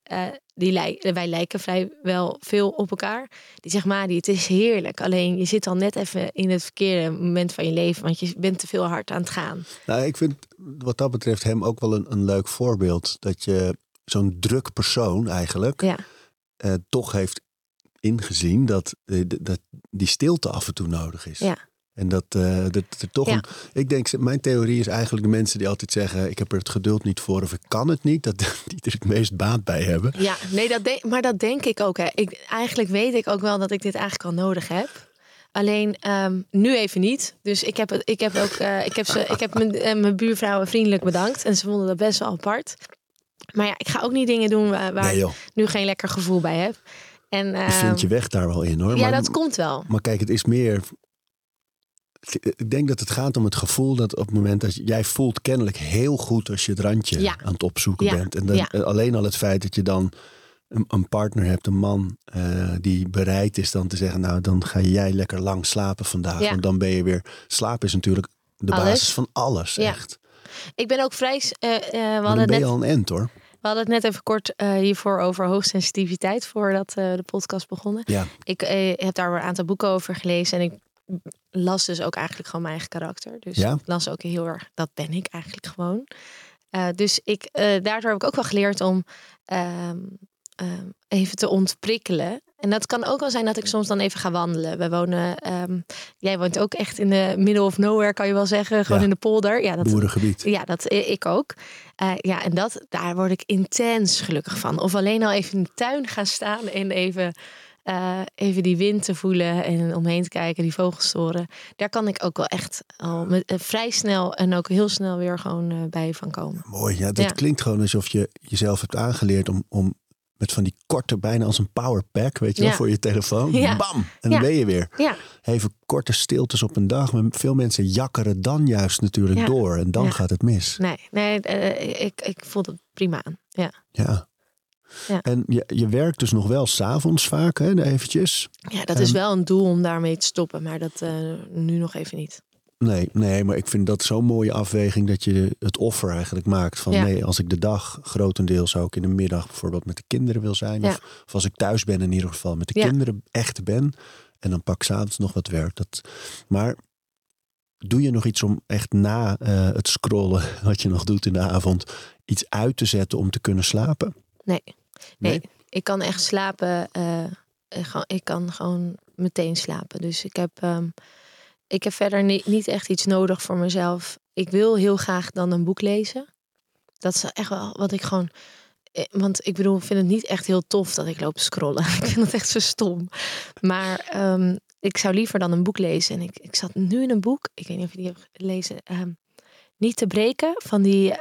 Speaker 4: wij lijken vrijwel veel op elkaar. Die zegt, Madi, het is heerlijk. Alleen je zit al net even in het verkeerde moment van je leven. Want je bent te veel hard aan het gaan.
Speaker 2: Nou, ik vind wat dat betreft hem ook wel een leuk voorbeeld. Dat je zo'n druk persoon eigenlijk toch heeft ingezien dat die stilte af en toe nodig is. Ja. En dat er toch ik denk, mijn theorie is eigenlijk de mensen die altijd zeggen, ik heb er het geduld niet voor of ik kan het niet, die er het meest baat bij hebben. Ja,
Speaker 4: nee, maar dat denk ik ook. Hè. Eigenlijk weet ik ook wel dat ik dit eigenlijk al nodig heb. Alleen nu even niet. Dus ik heb mijn buurvrouwen vriendelijk bedankt en ze vonden dat best wel apart. Maar ja, ik ga ook niet dingen doen waar ik nu geen lekker gevoel bij heb. En,
Speaker 2: je vindt je weg daar wel in, hoor.
Speaker 4: Ja, dat komt wel.
Speaker 2: Maar kijk, het is meer... Ik denk dat het gaat om het gevoel dat op het moment dat jij voelt kennelijk heel goed als je het randje aan het opzoeken bent. En dan, alleen al het feit dat je dan een partner hebt, een man die bereid is dan te zeggen, nou dan ga jij lekker lang slapen vandaag. Want dan ben je weer... Slaap is natuurlijk de basis van alles, echt.
Speaker 4: Ik ben ook vrij...
Speaker 2: dan ben je al een end, hoor.
Speaker 4: We hadden het net even kort hiervoor over hoogsensitiviteit voordat de podcast begonnen. Ja. Ik heb daar een aantal boeken over gelezen en ik las dus ook eigenlijk gewoon mijn eigen karakter. Dus ik las ook heel erg, dat ben ik eigenlijk gewoon. Dus daardoor heb ik ook wel geleerd om even te ontprikkelen. En dat kan ook wel zijn dat ik soms dan even ga wandelen. We wonen, jij woont ook echt in de middle of nowhere, kan je wel zeggen. Gewoon in de polder. Ja,
Speaker 2: boerengebied.
Speaker 4: Ja, ik ook. En daar word ik intens gelukkig van. Of alleen al even in de tuin gaan staan en even die wind te voelen en omheen te kijken, die vogels te horen. Daar kan ik ook wel echt al vrij snel en ook heel snel weer gewoon bij van komen.
Speaker 2: Mooi, ja, dat klinkt gewoon alsof je jezelf hebt aangeleerd om met van die korte, bijna als een powerpack, weet je wel, voor je telefoon. Ja. Bam! En dan ben je weer.
Speaker 4: Ja.
Speaker 2: Even korte stiltes op een dag. Maar veel mensen jakkeren dan juist natuurlijk door. En dan gaat het mis.
Speaker 4: Nee, ik voel het prima aan.
Speaker 2: Ja. En je werkt dus nog wel 's avonds vaak, hè, eventjes.
Speaker 4: Ja, dat is wel een doel om daarmee te stoppen. Maar dat nu nog even niet.
Speaker 2: Nee, maar ik vind dat zo'n mooie afweging dat je het offer eigenlijk maakt. Van nee, als ik de dag grotendeels ook in de middag bijvoorbeeld met de kinderen wil zijn. Of als ik thuis ben in ieder geval met de kinderen echt ben. En dan pak ik 's avonds nog wat werk. Maar doe je nog iets om echt na het scrollen wat je nog doet in de avond iets uit te zetten om te kunnen slapen?
Speaker 4: Nee. Ik kan echt slapen. Ik kan gewoon meteen slapen. Dus ik heb verder niet echt iets nodig voor mezelf. Ik wil heel graag dan een boek lezen. Dat is echt wel wat ik gewoon... Want ik bedoel, ik vind het niet echt heel tof dat ik loop te scrollen. Ik vind het echt zo stom. Maar ik zou liever dan een boek lezen. En ik zat nu in een boek. Ik weet niet of je die hebt gelezen. Niet te breken. Van die...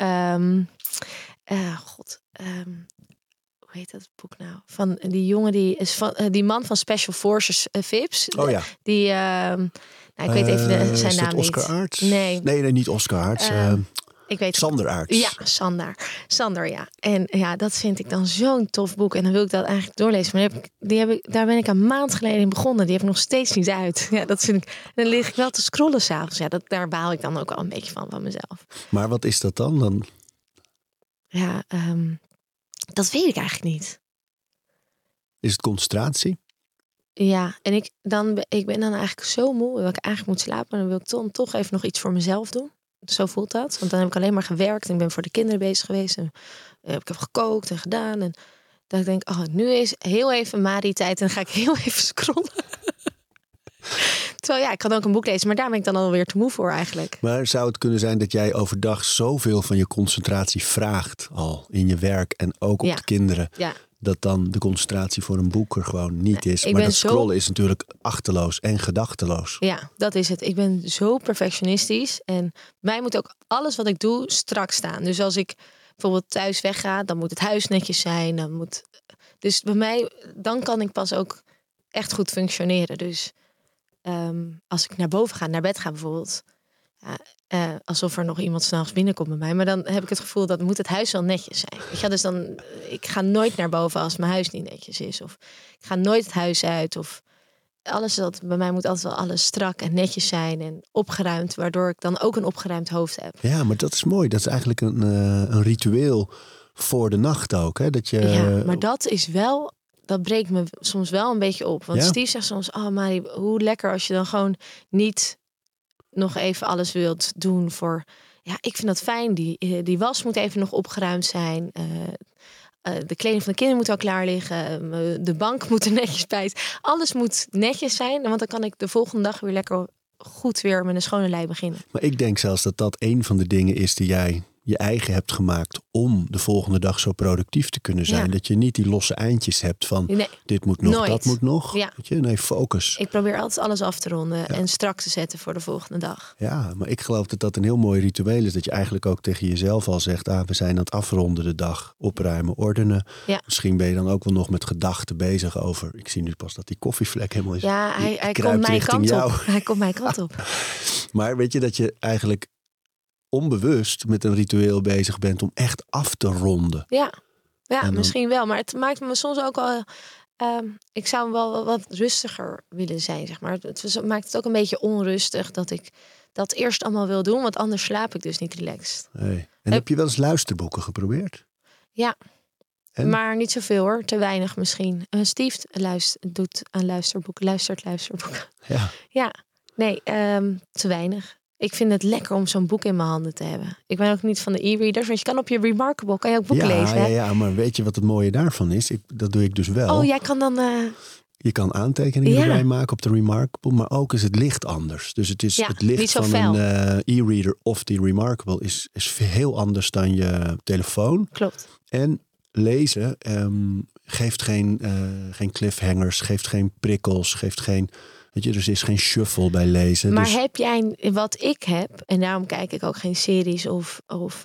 Speaker 4: hoe heet dat boek nou? Van die jongen die man van Special Forces Vips.
Speaker 2: Oh ja.
Speaker 4: Die, ik weet even zijn naam niet.
Speaker 2: Oscar Aerts?
Speaker 4: Nee,
Speaker 2: niet Oscar Aerts.
Speaker 4: Ik weet
Speaker 2: Sander Aerts.
Speaker 4: Ja, Sander, ja. En ja, dat vind ik dan zo'n tof boek. En dan wil ik dat eigenlijk doorlezen. Maar daar ben ik een maand geleden in begonnen. Die heb ik nog steeds niet uit. Ja, dat vind ik. Dan lig ik wel te scrollen s'avonds. Ja, daar baal ik dan ook wel een beetje van mezelf.
Speaker 2: Maar wat is dat dan?
Speaker 4: Ja, dat weet ik eigenlijk niet.
Speaker 2: Is het concentratie?
Speaker 4: Ja, en ik ben dan eigenlijk zo moe dat ik eigenlijk moet slapen. Maar dan wil ik dan toch even nog iets voor mezelf doen. Zo voelt dat. Want dan heb ik alleen maar gewerkt. En ik ben voor de kinderen bezig geweest. En ik heb gekookt en gedaan. En dat ik denk, nu is heel even Marie-tijd. En dan ga ik heel even scrollen. Terwijl ik kan ook een boek lezen. Maar daar ben ik dan alweer te moe voor eigenlijk.
Speaker 2: Maar zou het kunnen zijn dat jij overdag zoveel van je concentratie vraagt al in je werk en ook op de kinderen?
Speaker 4: Ja.
Speaker 2: Dat dan de concentratie voor een boek er gewoon niet is. Maar dat scrollen is natuurlijk achterloos en gedachteloos. Ja,
Speaker 4: dat is het. Ik ben zo perfectionistisch. En bij mij moet ook alles wat ik doe strak staan. Dus als ik bijvoorbeeld thuis wegga, dan moet het huis netjes zijn. Dus bij mij, dan kan ik pas ook echt goed functioneren. Dus als ik naar boven ga, naar bed ga bijvoorbeeld. Alsof er nog iemand 's nachts binnenkomt bij mij. Maar dan heb ik het gevoel dat moet het huis wel netjes zijn. Weet je, dus dan, ik ga nooit naar boven als mijn huis niet netjes is. Of ik ga nooit het huis uit. Of alles bij mij moet altijd wel alles strak en netjes zijn. En opgeruimd, waardoor ik dan ook een opgeruimd hoofd heb.
Speaker 2: Ja, maar dat is mooi. Dat is eigenlijk een ritueel voor de nacht ook. Hè?
Speaker 4: Ja, maar dat is wel... Dat breekt me soms wel een beetje op. Want Steve zegt soms, Marie, hoe lekker als je dan gewoon niet nog even alles wilt doen voor... Ja, ik vind dat fijn. Die was moet even nog opgeruimd zijn. De kleding van de kinderen moet al klaar liggen. De bank moet er netjes bij. Alles moet netjes zijn. Want dan kan ik de volgende dag weer lekker goed weer met een schone lei beginnen.
Speaker 2: Maar ik denk zelfs dat een van de dingen is die jij je eigen hebt gemaakt om de volgende dag zo productief te kunnen zijn. Ja. Dat je niet die losse eindjes hebt van dit moet nog, dat moet nog.
Speaker 4: Ja.
Speaker 2: Weet je? Nee, focus.
Speaker 4: Ik probeer altijd alles af te ronden en strak te zetten voor de volgende dag.
Speaker 2: Ja, maar ik geloof dat een heel mooi ritueel is. Dat je eigenlijk ook tegen jezelf al zegt, we zijn aan het afronden de dag, opruimen, ordenen. Ja. Misschien ben je dan ook wel nog met gedachten bezig over, ik zie nu pas dat die koffievlek helemaal is.
Speaker 4: Ja, hij komt mijn kant op. Hij komt mijn kant op.
Speaker 2: Maar weet je dat je eigenlijk onbewust met een ritueel bezig bent om echt af te ronden.
Speaker 4: Ja, misschien wel. Maar het maakt me soms ook wel... ik zou wel wat rustiger willen zijn, zeg maar. Het maakt het ook een beetje onrustig dat ik dat eerst allemaal wil doen. Want anders slaap ik dus niet relaxed.
Speaker 2: Hey. En heb je wel eens luisterboeken geprobeerd?
Speaker 4: Ja, maar niet zoveel hoor. Te weinig misschien. Steve doet aan luisterboeken. Luistert luisterboeken. Ja. Nee, te weinig. Ik vind het lekker om zo'n boek in mijn handen te hebben. Ik ben ook niet van de e-readers, want je kan op je Remarkable kan je ook boeken lezen. Hè?
Speaker 2: Ja, maar weet je wat het mooie daarvan is? Dat doe ik dus wel.
Speaker 4: Oh, jij kan dan...
Speaker 2: Je kan aantekeningen erbij maken op de Remarkable, maar ook is het licht anders. Dus het licht van een e-reader of die Remarkable is heel anders dan je telefoon.
Speaker 4: Klopt.
Speaker 2: En lezen geeft geen cliffhangers, geeft geen prikkels, geeft geen... Weet je, dus er is geen shuffle bij lezen.
Speaker 4: Maar
Speaker 2: dus...
Speaker 4: heb jij wat ik heb, en daarom kijk ik ook geen series of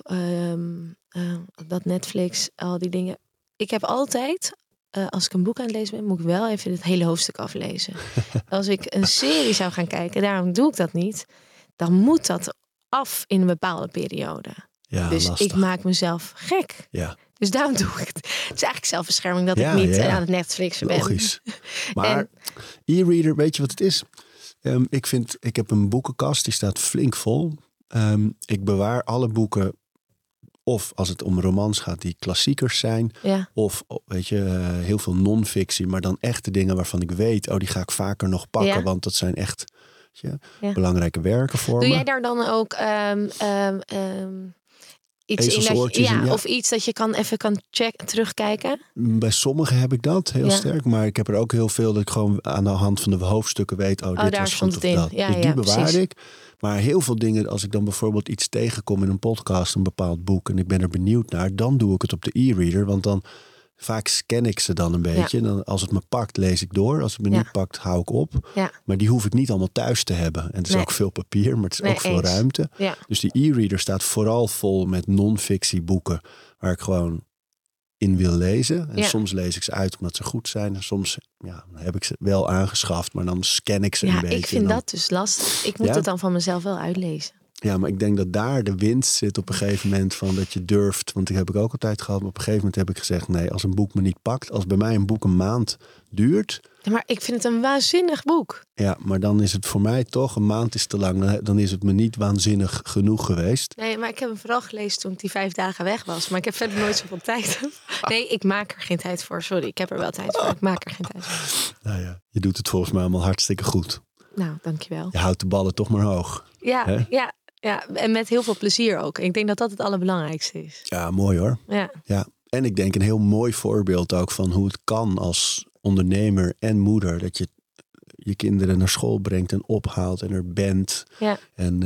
Speaker 4: dat Netflix, al die dingen. Ik heb altijd, als ik een boek aan het lezen ben, moet ik wel even het hele hoofdstuk aflezen. Als ik een serie zou gaan kijken, daarom doe ik dat niet, dan moet dat af in een bepaalde periode.
Speaker 2: Ja,
Speaker 4: dus
Speaker 2: lastig.
Speaker 4: ik maak mezelf gek.
Speaker 2: Ja.
Speaker 4: Dus daarom doe ik het. Het is eigenlijk zelfbescherming dat ik niet aan het Netflixen ben.
Speaker 2: Logisch. Maar e-reader, weet je wat het is? Ik heb een boekenkast, die staat flink vol. Ik bewaar alle boeken, of als het om romans gaat, die klassiekers zijn. Ja. Of weet je, heel veel non-fictie, maar dan echte dingen waarvan ik weet, die ga ik vaker nog pakken. Ja. Want dat zijn echt belangrijke werken voor me.
Speaker 4: Doe jij daar dan ook... iets in of iets dat je even kan terugkijken?
Speaker 2: Bij sommigen heb ik dat heel sterk. Maar ik heb er ook heel veel dat ik gewoon aan de hand van de hoofdstukken weet... dit was goed of dat.
Speaker 4: Ja,
Speaker 2: dus die bewaar ik. Maar heel veel dingen, als ik dan bijvoorbeeld iets tegenkom in een podcast... een bepaald boek en ik ben er benieuwd naar... dan doe ik het op de e-reader. Want dan vaak scan ik ze dan een beetje. En dan, als het me pakt, lees ik door. Als het me niet pakt, hou ik op. Ja. Maar die hoef ik niet allemaal thuis te hebben. En het is ook veel papier, maar het is ook veel ruimte. Ja. Dus die e-reader staat vooral vol met non-fictie boeken... waar ik gewoon in wil lezen. En soms lees ik ze uit omdat ze goed zijn. En soms heb ik ze wel aangeschaft, maar dan scan ik ze een beetje.
Speaker 4: Ja, ik vind dat dus lastig. Ik moet het dan van mezelf wel uitlezen.
Speaker 2: Ja, maar ik denk dat daar de winst zit op een gegeven moment van dat je durft. Want die heb ik ook altijd gehad. Maar op een gegeven moment heb ik gezegd, nee, als een boek me niet pakt. Als bij mij een boek een maand duurt.
Speaker 4: Ja, maar ik vind het een waanzinnig boek.
Speaker 2: Ja, maar dan is het voor mij toch, een maand is te lang. Dan is het me niet waanzinnig genoeg geweest.
Speaker 4: Nee, maar ik heb hem vooral gelezen toen ik die 5 dagen weg was. Maar ik heb verder nooit zoveel tijd. Nee, ik maak er geen tijd voor. Sorry, ik heb er wel tijd voor. Ik maak er geen tijd voor.
Speaker 2: Nou ja, je doet het volgens mij allemaal hartstikke goed.
Speaker 4: Nou, dankjewel.
Speaker 2: Je houdt de ballen toch maar hoog.
Speaker 4: Ja, ja, en met heel veel plezier ook. Ik denk dat dat het allerbelangrijkste is.
Speaker 2: Ja, mooi hoor. Ja. En ik denk een heel mooi voorbeeld ook van hoe het kan als ondernemer en moeder. Dat je je kinderen naar school brengt en ophaalt en er bent. Ja.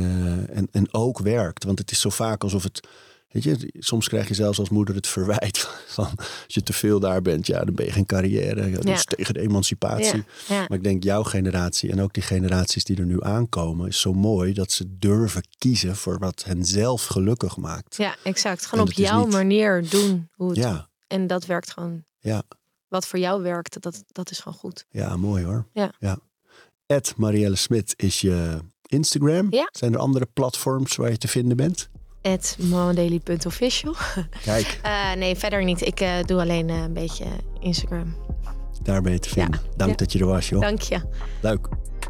Speaker 2: En ook werkt. Want het is zo vaak alsof het... Weet je, soms krijg je zelfs als moeder het verwijt van als je te veel daar bent, dan ben je geen carrière. Dat is tegen de emancipatie. Ja. Ja. Maar ik denk jouw generatie en ook die generaties die er nu aankomen, is zo mooi dat ze durven kiezen voor wat hen zelf gelukkig maakt.
Speaker 4: Ja, exact. Gewoon op jouw manier doen hoe het. En dat werkt gewoon. Ja. Wat voor jou werkt, dat is gewoon goed.
Speaker 2: Ja, mooi hoor. Ja. @Marielle Smit is je Instagram. Ja. Zijn er andere platforms waar je te vinden bent?
Speaker 4: @momadaily.official.
Speaker 2: Kijk.
Speaker 4: Nee, verder niet. Ik doe alleen een beetje Instagram.
Speaker 2: Daar ben je te vinden. Dank dat je er was, joh.
Speaker 4: Dank je.
Speaker 2: Leuk.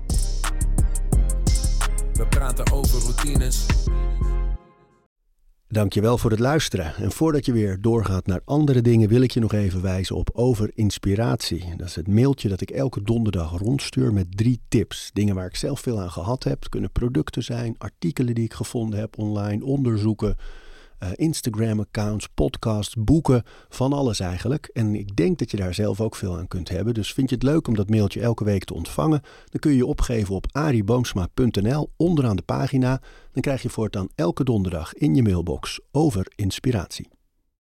Speaker 3: We praten over routines.
Speaker 2: Dankjewel voor het luisteren. En voordat je weer doorgaat naar andere dingen, wil ik je nog even wijzen op Over Inspiratie. Dat is het mailtje dat ik elke donderdag rondstuur met 3 tips. Dingen waar ik zelf veel aan gehad heb. Het kunnen producten zijn, artikelen die ik gevonden heb online, onderzoeken, Instagram-accounts, podcasts, boeken, van alles eigenlijk. En ik denk dat je daar zelf ook veel aan kunt hebben. Dus vind je het leuk om dat mailtje elke week te ontvangen? Dan kun je je opgeven op ariboomsma.nl onderaan de pagina. Dan krijg je voortaan elke donderdag in je mailbox Over Inspiratie.